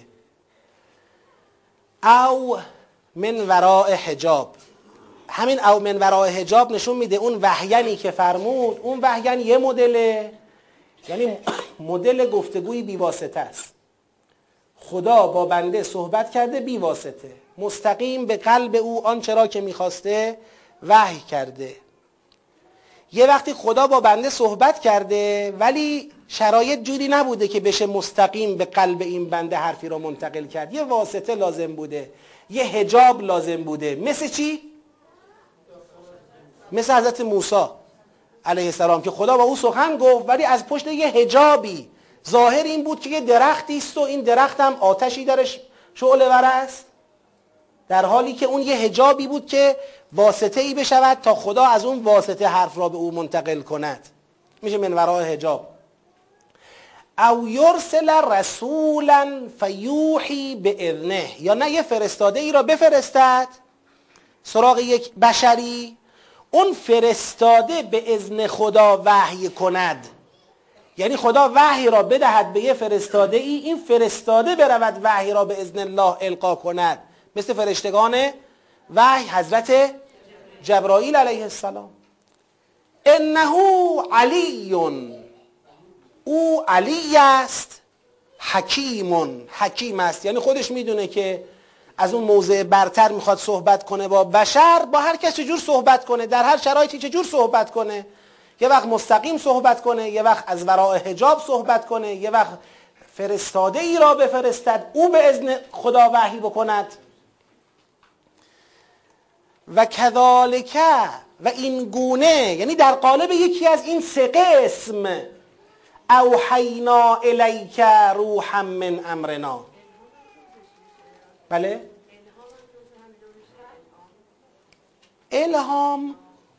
او من وراء حجاب، همین او من وراء حجاب نشون میده اون وحیانی که فرمود، اون وحیان یه مدله، یعنی مدل گفتگوی بیواسطه است. خدا با بنده صحبت کرده بیواسطه، مستقیم به قلب او آنچه را که میخواسته وحی کرده. یه وقتی خدا با بنده صحبت کرده ولی شرایط جوری نبوده که بشه مستقیم به قلب این بنده حرفی را منتقل کرد، یه واسطه لازم بوده، یه حجاب لازم بوده. مثل چی؟ مثل حضرت موسی علیه السلام که خدا با او سخن گفت، ولی از پشت یه حجابی. ظاهر این بود که یه درختی است و این درخت هم آتشی درش شعله ور است، در حالی که اون یه حجابی بود که واسطه ای بشود تا خدا از اون واسطه حرف را به او منتقل کند. میشه من وراء حجاب. او یرسل رسولا فیوحی باذنه، یا نه یه فرستاده ای را بفرستد سراغ یک بشری، اون فرستاده به اذن خدا وحی کند. یعنی خدا وحی را بدهد به یه فرستاده ای، این فرستاده برود وحی را به اذن الله القا کند، مثل فرشتگان وحی حضرت جبرائیل علیه السلام. انه علی، او علی است، حکیم، حکیم است. یعنی خودش میدونه که از اون موضع برتر میخواد صحبت کنه با بشر، با هر کس چجور صحبت کنه، در هر شرایطی چجور صحبت کنه. یه وقت مستقیم صحبت کنه، یه وقت از وراء حجاب صحبت کنه، یه وقت فرستاده ای را بفرستد او به اذن خدا وحی بکند. و کذالک، و این گونه، یعنی در قالب یکی از این سه قسم، اوحینا الیک روحا من امرنا. بله؟ الهام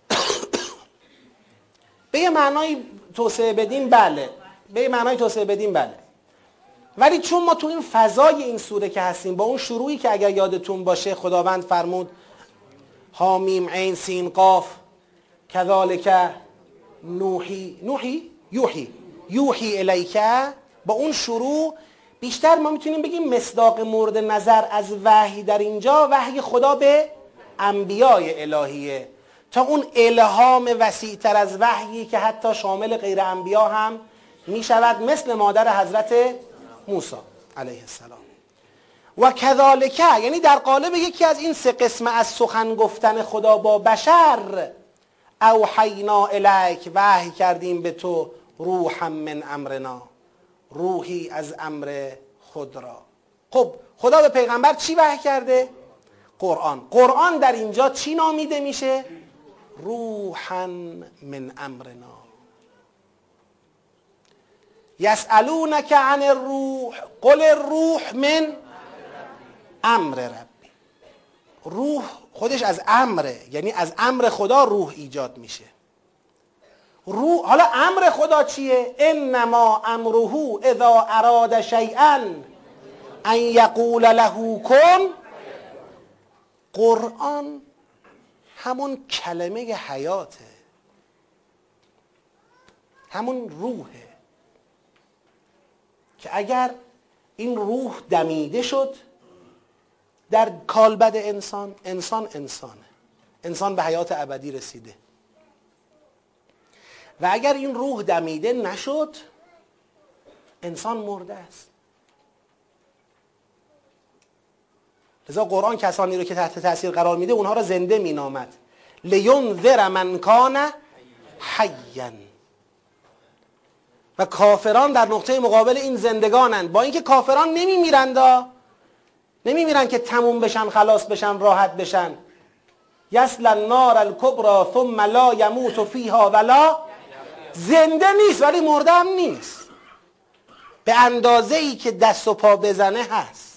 به یه معنای توسعه بدیم بله، به یه معنای توسعه بدیم بله، ولی چون ما تو این فضای این سوره که هستیم، با اون شروعی که اگر یادتون باشه خداوند فرمود حامیم عین سین قاف کذالک نوحی نوحی یوحی یوحی الیک، با اون شروع بیشتر ما میتونیم بگیم مصداق مورد نظر از وحی در اینجا وحی خدا به انبیاء الهیه، تا اون الهام وسیع تر از وحیی که حتی شامل غیر انبیا هم میشود، مثل مادر حضرت موسی علیه السلام. و کذالک، یعنی در قالب یکی از این سه قسم از سخن گفتن خدا با بشر، اوحینا الیک، وحی کردیم به تو، روحا من امرنا، روحی از امر خود را. خب خدا به پیغمبر چی وحی کرده؟ قرآن. قرآن در اینجا چی نامیده میشه؟ روحا من امرنا. یسألونک عن الروح قل الروح من امر ربی. روح خودش از امره، یعنی از امر خدا روح ایجاد میشه. روح، حالا امر خدا چیه؟ انما امره اذا اراد شیئا ان یقول له کن. قرآن همون کلمه حیاته، همون روحه که اگر این روح دمیده شد در کالبد انسان، انسان انسانه، انسان به حیات ابدی رسیده. و اگر این روح دمیده نشد، انسان مرده است. لذا قرآن کسانی رو که تحت تاثیر قرار میده اونها رو زنده مینامد. لینذر من کان حیا. و کافران در نقطه مقابل این زندگانند، با اینکه کافران نمیمیرند، نمیمیرن که تموم بشن، خلاص بشن، راحت بشن. یصلی النار الکبری ثم لا یموت فیها ولا، زنده نیست ولی مرده هم نیست، به اندازه ای که دست و پا بزنه هست.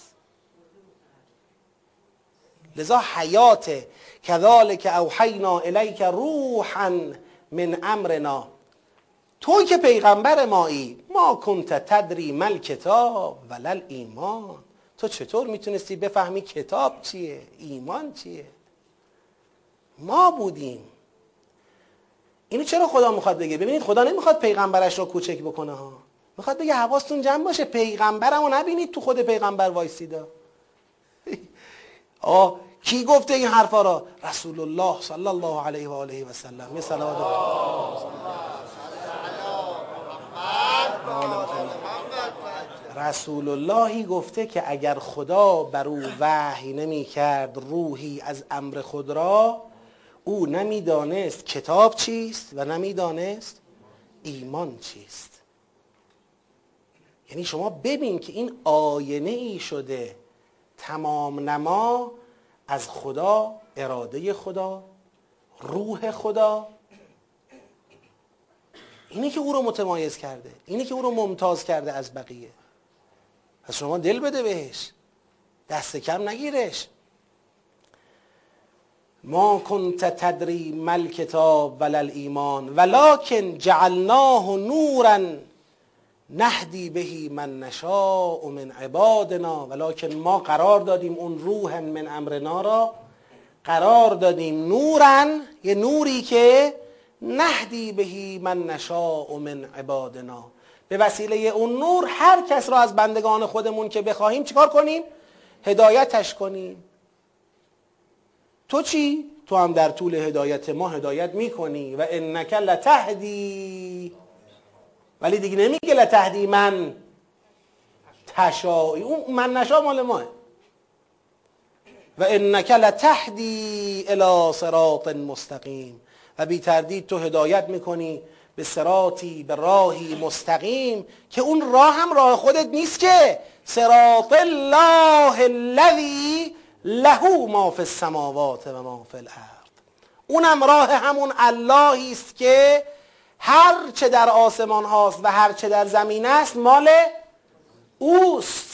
لذا حیات کذالک اوحینا الیک روحا من امرنا. توی که پیغمبر مایی، ما کنت تدری مل کتاب ولل ایمان. تو چطور میتونستی بفهمی کتاب چیه، ایمان چیه؟ ما بودیم. اینو چرا خدا میخواد بگه؟ ببینید خدا نمیخواد پیغمبرش رو کوچک بکنه ها، میخواد بگه حواستون جمع باشه، پیغمبرمو نبینید تو خود پیغمبر وایسیده. آه کی گفته این حرفا را؟ رسول الله صلی الله علیه و آله و سلم. یه صلوات رسول اللهی گفته که اگر خدا بر او وحی نمی کرد روحی از امر خود را، او نمیدانست کتاب چیست و نمیدانست ایمان چیست. یعنی شما ببین که این آینه ای شده تمام نما از خدا، اراده خدا، روح خدا، اینی که او رو متمایز کرده، اینی که او رو ممتاز کرده از بقیه. پس شما دل بده بهش، دست کم نگیرش. ما کنت تدری مل کتاب ولل ایمان ولکن جعلناه نورا نهدی بهی من نشاء من عبادنا. ولکن ما قرار دادیم اون روح من امرنا را قرار دادیم نورا، یه نوری که نهدی بهی من نشاء من عبادنا، به وسیله اون نور هر کس را از بندگان خودمون که بخواهیم چیکار کنیم؟ هدایتش کنیم. تو چی؟ تو هم در طول هدایت ما هدایت میکنی. و انک لتهدی، ولی دیگه نمیگه لتهدی من تشائی، اون من نشا مال ماه. و انک لتهدی الی صراط مستقیم، و بی تردید تو هدایت میکنی به صراطی، به راهی مستقیم که اون راه هم راه خودت نیست که، صراط الله الذی له ما فی السماوات و ما فی الارض، اونم راه همون اللهی است که هر چه در آسمان هاست و هر چه در زمین است مال اوست.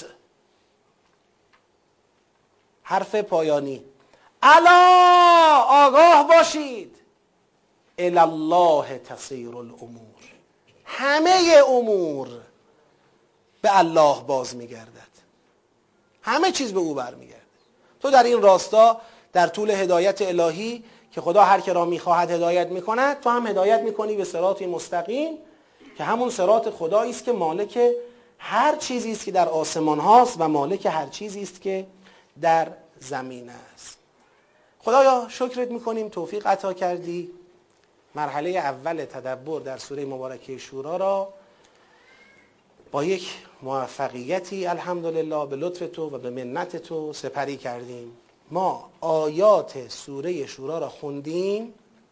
حرف پایانی: الا، آگاه باشید، الی الله تصیر الامور، همه امور به الله باز میگردد، همه چیز به او برمیگرده. تو در این راستا در طول هدایت الهی که خدا هر که را میخواهد هدایت میکند، تو هم هدایت میکنی به صراط مستقیم که همون صراط خدایی است که مالک هر چیزی است که در آسمان هاست و مالک هر چیزی است که در زمین است. خدایا شکرت میکنیم توفیق عطا کردی مرحله اول تدبر در سوره مبارکه شورا را با یک موفقیتی الحمدلله به لطف تو و به منت تو سپری کردیم. ما آیات سوره شورا را خوندیم،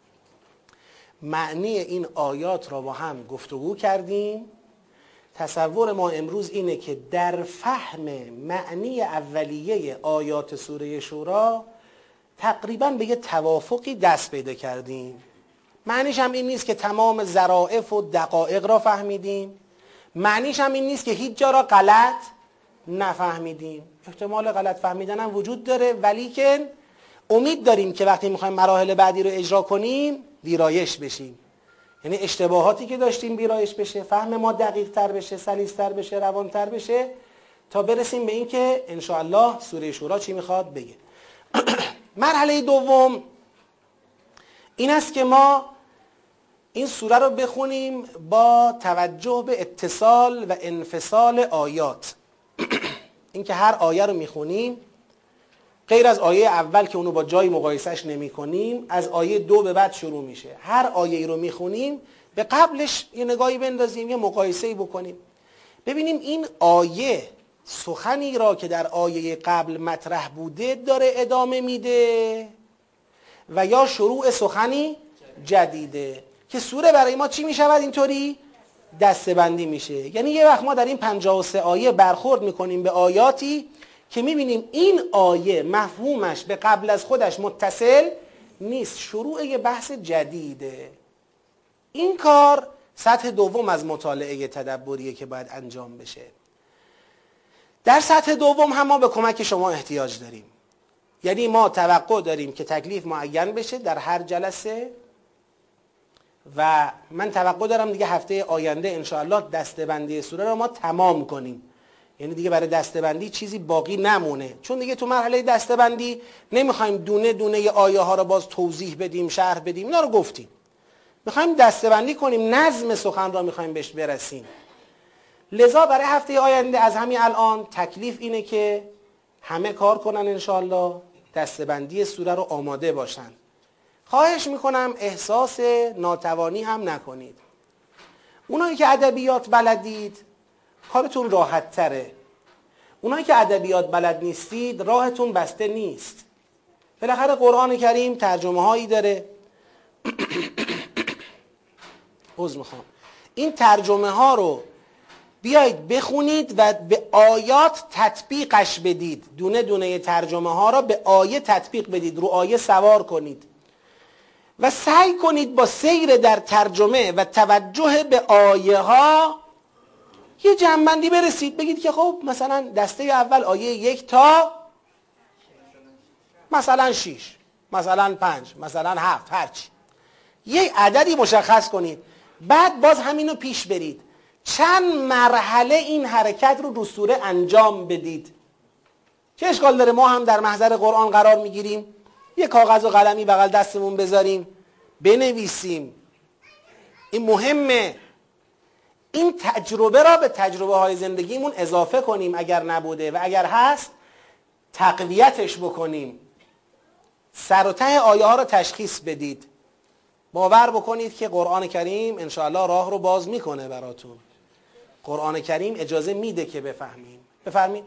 معنی این آیات را با هم گفتگو کردیم. تصور ما امروز اینه که در فهم معنی اولیه آیات سوره شورا تقریبا به یه توافقی دست پیدا کردیم. معنیش هم این نیست که تمام ظرافت و دقایق را فهمیدیم، معنیش هم این نیست که هیچ جا را غلط نفهمیدیم. احتمال غلط فهمیدن هم وجود داره، ولی که امید داریم که وقتی میخوایم مراحل بعدی رو اجرا کنیم ویرایش بشیم، یعنی اشتباهاتی که داشتیم ویرایش بشه، فهم ما دقیق تر بشه، سلیس تر بشه، روان تر بشه، تا برسیم به این که انشاءالله سوره شورا چی میخواد بگه. مرحله دوم این است که ما این سوره رو بخونیم با توجه به اتصال و انفصال آیات. این که هر آیه رو میخونیم غیر از آیه اول که اونو با جای مقایسهش نمی کنیم، از آیه دو به بعد شروع میشه. هر آیه رو میخونیم به قبلش یه نگاهی بندازیم، یه مقایسه‌ای بکنیم، ببینیم این آیه سخنی را که در آیه قبل مطرح بوده داره ادامه میده و یا شروع سخنی جدیده، که سوره برای ما چی میشود؟ اینطوری دسته‌بندی میشه. یعنی یه وقت ما در این پنجاه و سه آیه برخورد میکنیم به آیاتی که میبینیم این آیه مفهومش به قبل از خودش متصل نیست، شروع یه بحث جدیده. این کار سطح دوم از مطالعه تدبریه که باید انجام بشه. در سطح دوم هم ما به کمک شما احتیاج داریم. یعنی ما توقع داریم که تکلیف معین بشه در هر جلسه و من توقع دارم دیگه هفته آینده انشاءالله دسته‌بندی سوره رو ما تمام کنیم. یعنی دیگه برای دسته‌بندی چیزی باقی نمونه، چون دیگه تو مرحله دسته‌بندی نمیخوایم دونه دونه آیه ها رو باز توضیح بدیم، شرح بدیم، اینا رو گفتیم. میخوایم دسته‌بندی کنیم، نظم سخن را میخوایم بهش برسیم. لذا برای هفته آینده از همین الان تکلیف اینه که همه کار کنن انشاءالله، دسته‌بندی سوره رو آماده باشن. خواهش میکنم احساس ناتوانی هم نکنید. اونایی که ادبیات بلدید کارتون راحت تره، اونایی که ادبیات بلد نیستید راهتون بسته نیست. بالاخره قرآن کریم ترجمه هایی داره عذر میخوام، این ترجمه ها رو بیایید بخونید و به آیات تطبیقش بدید. دونه دونه ترجمه ها را به آیه تطبیق بدید، رو آیه سوار کنید. و سعی کنید با سیر در ترجمه و توجه به آیه ها یه جمع‌بندی برسید. بگید که خب مثلا دسته اول آیه یک تا مثلا شیش، مثلا پنج، مثلا هفت، هرچی یه عددی مشخص کنید. بعد باز همینو پیش برید، چند مرحله این حرکت رو رو سوره انجام بدید. چه اشکال داره ما هم در محضر قرآن قرار میگیریم، یه کاغذ و قلمی بغل دستمون بذاریم بنویسیم. این مهمه. این تجربه را به تجربه های زندگیمون اضافه کنیم اگر نبوده، و اگر هست تقویتش بکنیم. سر و ته آیه ها را تشخیص بدید. باور بکنید که قرآن کریم انشاءالله راه رو باز میکنه براتون. قرآن کریم اجازه میده که بفهمیم. بفرمید.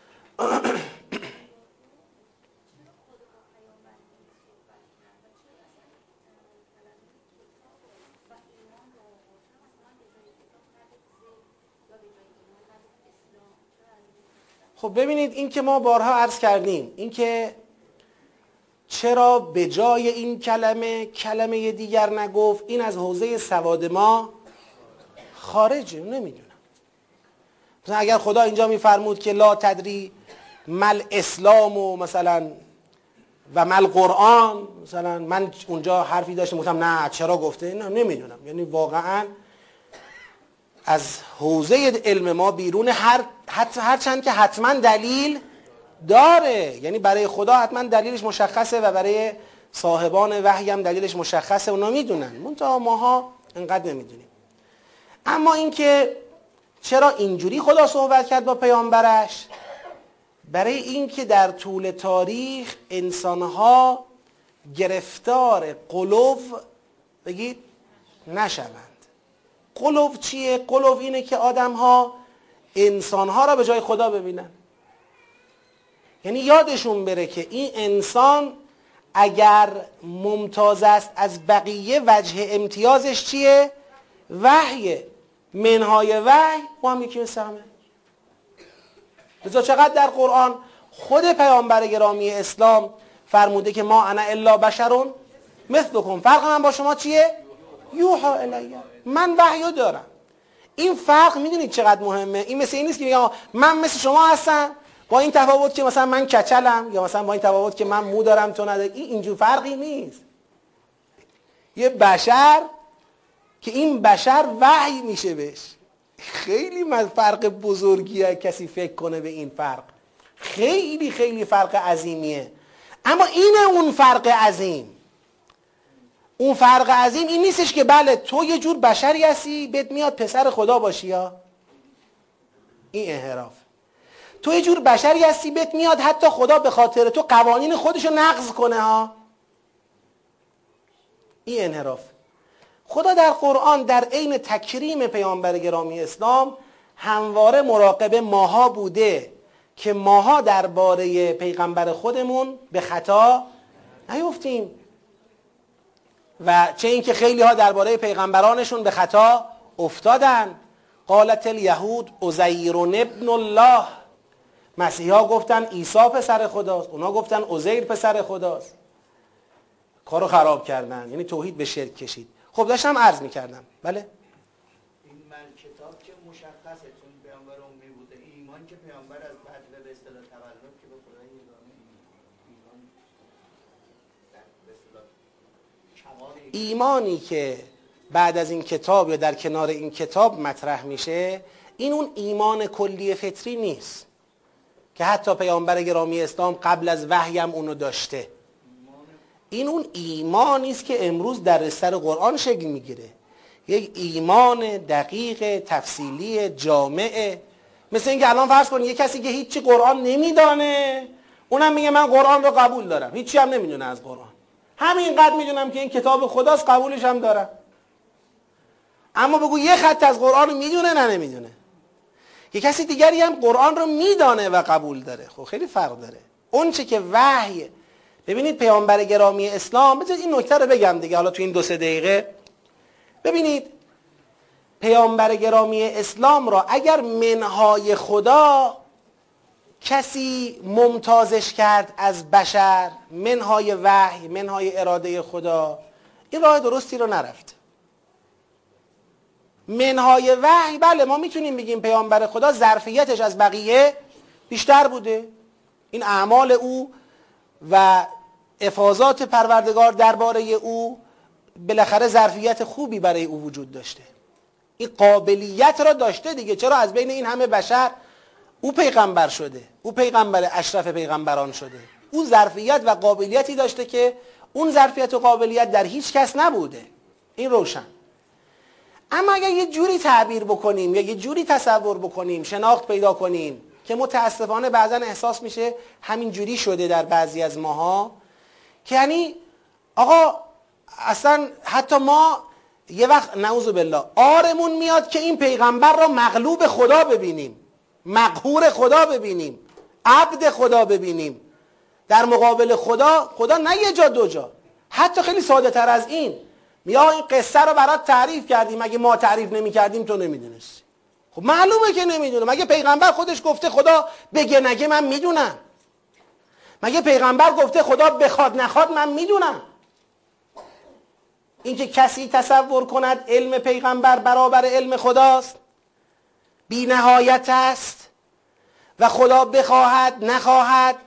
خب ببینید، این که ما بارها عرض کردیم، این که چرا به جای این کلمه کلمه دیگر نگفت، این از حوزه سواد ما خارجه. نمیدونم. مثلا اگر خدا اینجا میفرمود که لا تدری مل اسلام و مثلا و مل قرآن، مثلا من اونجا حرفی داشتم گفتم نه چرا گفته، نه نمیدونم. یعنی واقعا از حوزه علم ما بیرون، هر هر چند که حتما دلیل داره. یعنی برای خدا حتما دلیلش مشخصه و برای صاحبان وحی هم دلیلش مشخصه، اونا میدونن، منتها ماها انقدر نمیدونیم. اما اینکه چرا اینجوری خدا صحبت کرد با پیامبرش، برای اینکه در طول تاریخ انسانها گرفتار غلو بگید نشوند. غلو چیه؟ غلو اینه که آدمها انسانها را به جای خدا ببینن. یعنی یادشون بره که این انسان اگر ممتاز است از بقیه، وجه امتیازش چیه؟ وحیه. منهای وحی ما هم یکی مثل همه. لذا چقدر در قرآن خود پیامبر گرامی اسلام فرموده که ما انا الا بشرون مثلکم، فرق من با شما چیه؟ یوحا الیه، من وحیو دارم. این فرق میدونید چقدر مهمه؟ این مثل این نیست که میگم من مثل شما هستم با این تفاوت که مثلا من کچلم، یا مثلا با این تفاوت که من مو دارم تو نداری. این اینجور فرقی نیست. یه بشر که این بشر وحی میشه بهش. خیلی من فرق بزرگیه کسی فکر کنه به این فرق. خیلی خیلی فرق عظیمیه. اما اینه اون فرق عظیم. اون فرق عظیم این نیستش که بله تو یه جور بشری هستی بهت میاد پسر خدا باشی، ها، این انحراف. تو یه جور بشری هستی بهت میاد حتی خدا به خاطر تو قوانین خودشو نقض کنه، ها، این انحراف. خدا در قرآن در عین تکریم پیامبر گرامی اسلام همواره مراقب ماها بوده که ماها درباره پیغمبر خودمون به خطا نیفتیم، و چه اینکه خیلی ها درباره پیغمبرانشون به خطا افتادن. قالت الیهود عزیر ابن الله، مسیحی ها گفتن عیسی پسر خداست، اونا گفتن عزیر پسر خداست. کارو خراب کردن، یعنی توحید به شرک کشید. خب داشتم عرض میکردم. بله این من کتاب که مشخصه چون پیامبر امی بوده، ایمان که پیامبر از بعد به اصطلاح تولد که به خدای یگانه ایمان به اصطلاح کمال ایمانی که بعد از این کتاب یا در کنار این کتاب مطرح میشه، این اون ایمان کلی فطری نیست که حتی پیامبر گرامی اسلام قبل از وحی هم اونو داشته. این اون ایمانی است که امروز در سر قرآن شکل میگیره. یک ایمان دقیق، تفصیلی، جامع. مثل اینکه الان فرض کنید یک کسی که هیچی قرآن نمیدانه، اونم میگه من قرآن رو قبول دارم، هیچی هم نمیدونه از قرآن، همینقدر میدونم که این کتاب خداست، قبولش هم دارم. اما بگو یه خط از قرآن رو میدونه، نه نمیدونه. یک کسی دیگری هم قرآن رو میدانه و قبول داره. خب خیلی فرق داره. اون چه که وحی. ببینید پیامبر گرامی اسلام، بذارید این نکته رو بگم دیگه حالا تو این دو سه دقیقه. ببینید پیامبر گرامی اسلام را اگر منهای خدا کسی ممتازش کرد از بشر، منهای وحی، منهای اراده خدا، این راه درستی رو نرفته. منهای وحی، بله ما میتونیم بگیم پیامبر خدا ظرفیتش از بقیه بیشتر بوده، این اعمال او و افاضات پروردگار درباره او بالاخره ظرفیت خوبی برای او وجود داشته، این قابلیت را داشته دیگه. چرا از بین این همه بشر او پیغمبر شده، او پیغمبر اشرف پیغمبران شده، او ظرفیت و قابلیتی داشته که اون ظرفیت و قابلیت در هیچ کس نبوده، این روشن. اما اگر یه جوری تعبیر بکنیم یا یه جوری تصور بکنیم، شناخت پیدا کنیم که متاسفانه بعضا احساس میشه همین جوری شده در بعضی از ماها، که یعنی آقا اصلا حتی ما یه وقت نعوذ بالله آرمون میاد که این پیغمبر را مغلوب خدا ببینیم، مقهور خدا ببینیم، عبد خدا ببینیم، در مقابل خدا. خدا نه یه جا دو جا، حتی خیلی ساده تر از این، یا این قصه رو برات تعریف کردیم، اگه ما تعریف نمی کردیم تو نمیدونستی. خب معلومه که نمیدونم. مگه پیغمبر خودش گفته خدا بگه نگه من میدونم؟ مگه پیغمبر گفته خدا بخواد نخواد من میدونم؟ اینکه کسی تصور کند علم پیغمبر برابر علم خداست، بی نهایت است و خدا بخواهد نخواهد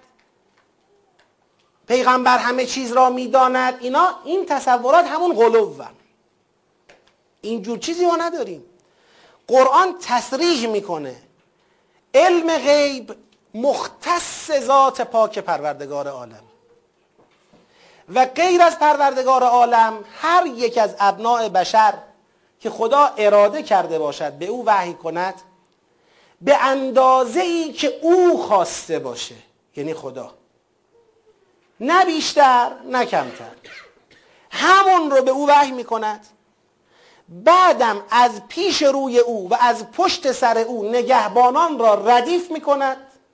پیغمبر همه چیز را میداند، اینا این تصورات همون غلوون. اینجور چیزی ما نداریم. قرآن تصریح میکنه علم غیب مختص ذات پاک پروردگار عالم و غیر از پروردگار عالم هر یک از ابناء بشر که خدا اراده کرده باشد به او وحی کند، به اندازه ای که او خواسته باشه، یعنی خدا، نه بیشتر نه کمتر، همون رو به او وحی میکند. بعدم از پیش روی او و از پشت سر او نگهبانان را ردیف میکند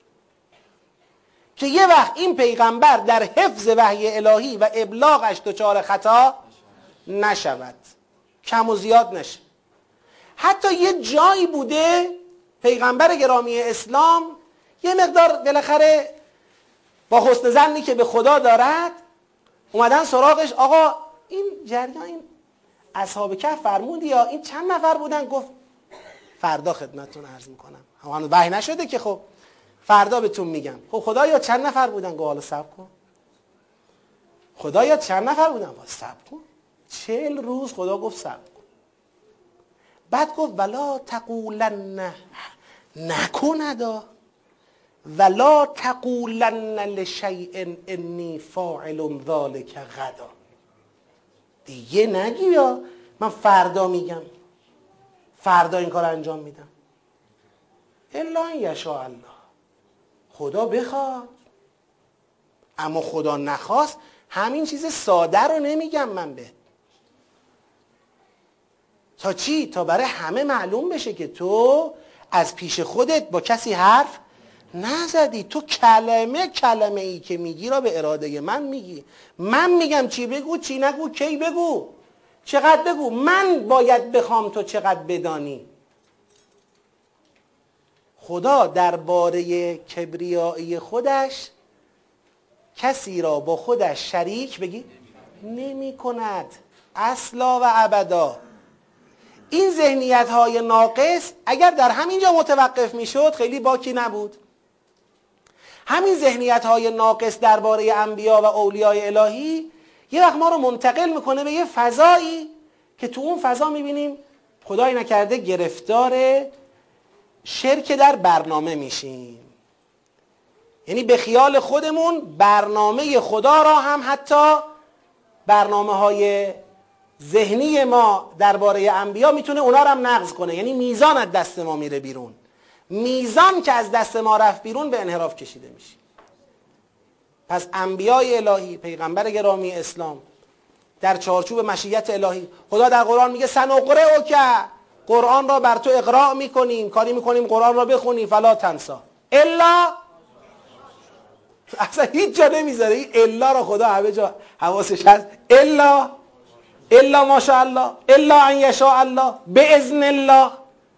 که یه وقت این پیغمبر در حفظ وحی الهی و ابلاغش دچار خطا نشود، کم و زیاد نشه. حتی یه جایی بوده پیغمبر گرامی اسلام یه مقدار بالاخره با حسن ظنی که به خدا دارد اومدن سراغش، آقا این جریان این اصحاب کهف فرمودی یا این چند نفر بودن؟ گفت فردا خدمتتون عرض میکنم، هنوز وحی نشده که، خب فردا بهتون میگم. خب خدایا چند نفر بودن؟ گفت حالا صبر کن. خدایا چند نفر بودن؟ گفت صبر کن. چهل روز خدا گفت صبر کن. بعد گفت ولا تقولن، نکندا، ولا تقولن لشیء انی فاعل ذلک غدا، دیگه نگی یا من فردا میگم، فردا این کار انجام میدم. الا ان یشاء الله، خدا بخواد. اما خدا نخواست همین چیز ساده رو نمیگم من به تا چی؟ تا برای همه معلوم بشه که تو از پیش خودت با کسی حرف نزدی، تو کلمه کلمه ای که میگی را به اراده من میگی. من میگم چی بگو چی نگو، کی بگو چقدر بگو، من باید بخوام تو چقدر بدانی. خدا درباره کبریایی خودش کسی را با خودش شریک بگی نمی کند اصلا و ابدا. این ذهنیت های ناقص اگر در همینجا متوقف می شد خیلی باکی نبود. همین ذهنیت های ناقص درباره انبیا و اولیای الهی یه وقت ما رو منتقل میکنه به یه فضایی که تو اون فضا میبینیم خدای نکرده گرفتار شرک در برنامه میشیم. یعنی به خیال خودمون برنامه خدا را هم، حتی برنامه های ذهنی ما درباره انبیا میتونه اونا رو هم نقض کنه. یعنی میزان از دست ما میره بیرون. میزان که از دست ما رفت بیرون به انحراف کشیده میشه. پس انبیای الهی، پیغمبر گرامی اسلام در چارچوب مشیت الهی، خدا در قرآن میگه سنقرئک، قرآن را بر تو اقراء میکنیم، کاری میکنیم قرآن را بخونی، فلا تنسا الا، اصلا هیچ جا نمیذاره این الا را خدا همه جا حواسش هست، الا الا ماشاءالله، الا ان یشاء الله، باذن الله.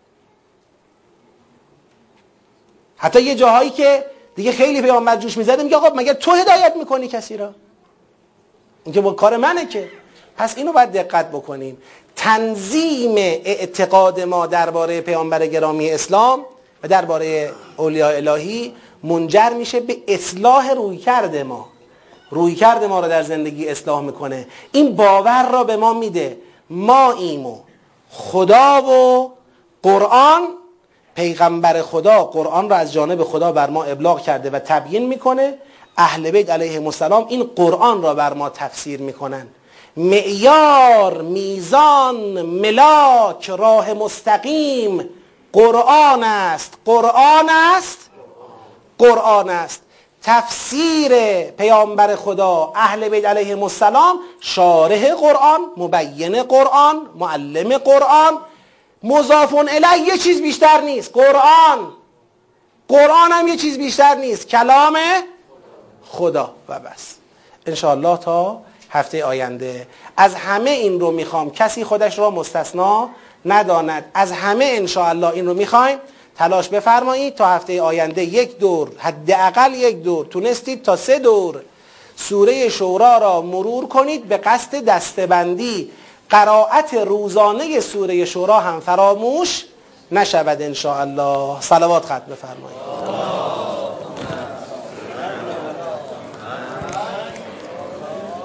حتی یه جاهایی که دیگه خیلی پیامبر جوش میزده میگه آقا مگر تو هدایت میکنی کسی را؟ این که با کار منه که. پس اینو باید دقت بکنیم. تنظیم اعتقاد ما درباره پیامبر گرامی اسلام و درباره اولیاء الهی منجر میشه به اصلاح رویکرد ما. رویکرد ما رو در زندگی اصلاح میکنه. این باور را به ما میده ما ایم و خدا و قرآن. پیغمبر خدا قرآن را از جانب خدا بر ما ابلاغ کرده و تبیین میکنه. اهل بیت علیهم السلام این قرآن را بر ما تفسیر میکنن. معیار، میزان، ملاک، راه مستقیم قرآن است. قرآن است. قرآن است. تفسیر پیامبر خدا اهل بیت علیهم السلام شارح قرآن، مبین قرآن، معلم قرآن، مضاف الیه یه چیز بیشتر نیست. قرآن قرآن هم یه چیز بیشتر نیست، کلام خدا و بس. انشاءالله تا هفته آینده از همه این رو میخوام کسی خودش را مستثنا نداند. از همه انشاءالله این رو میخوایم تلاش بفرمایید تا هفته آینده یک دور، حداقل یک دور، تونستید تا سه دور سوره شورا را مرور کنید به قصد دسته‌بندی. قرائت روزانه سوره شورا هم فراموش نشود انشاءالله. صلوات ختم بفرمایید.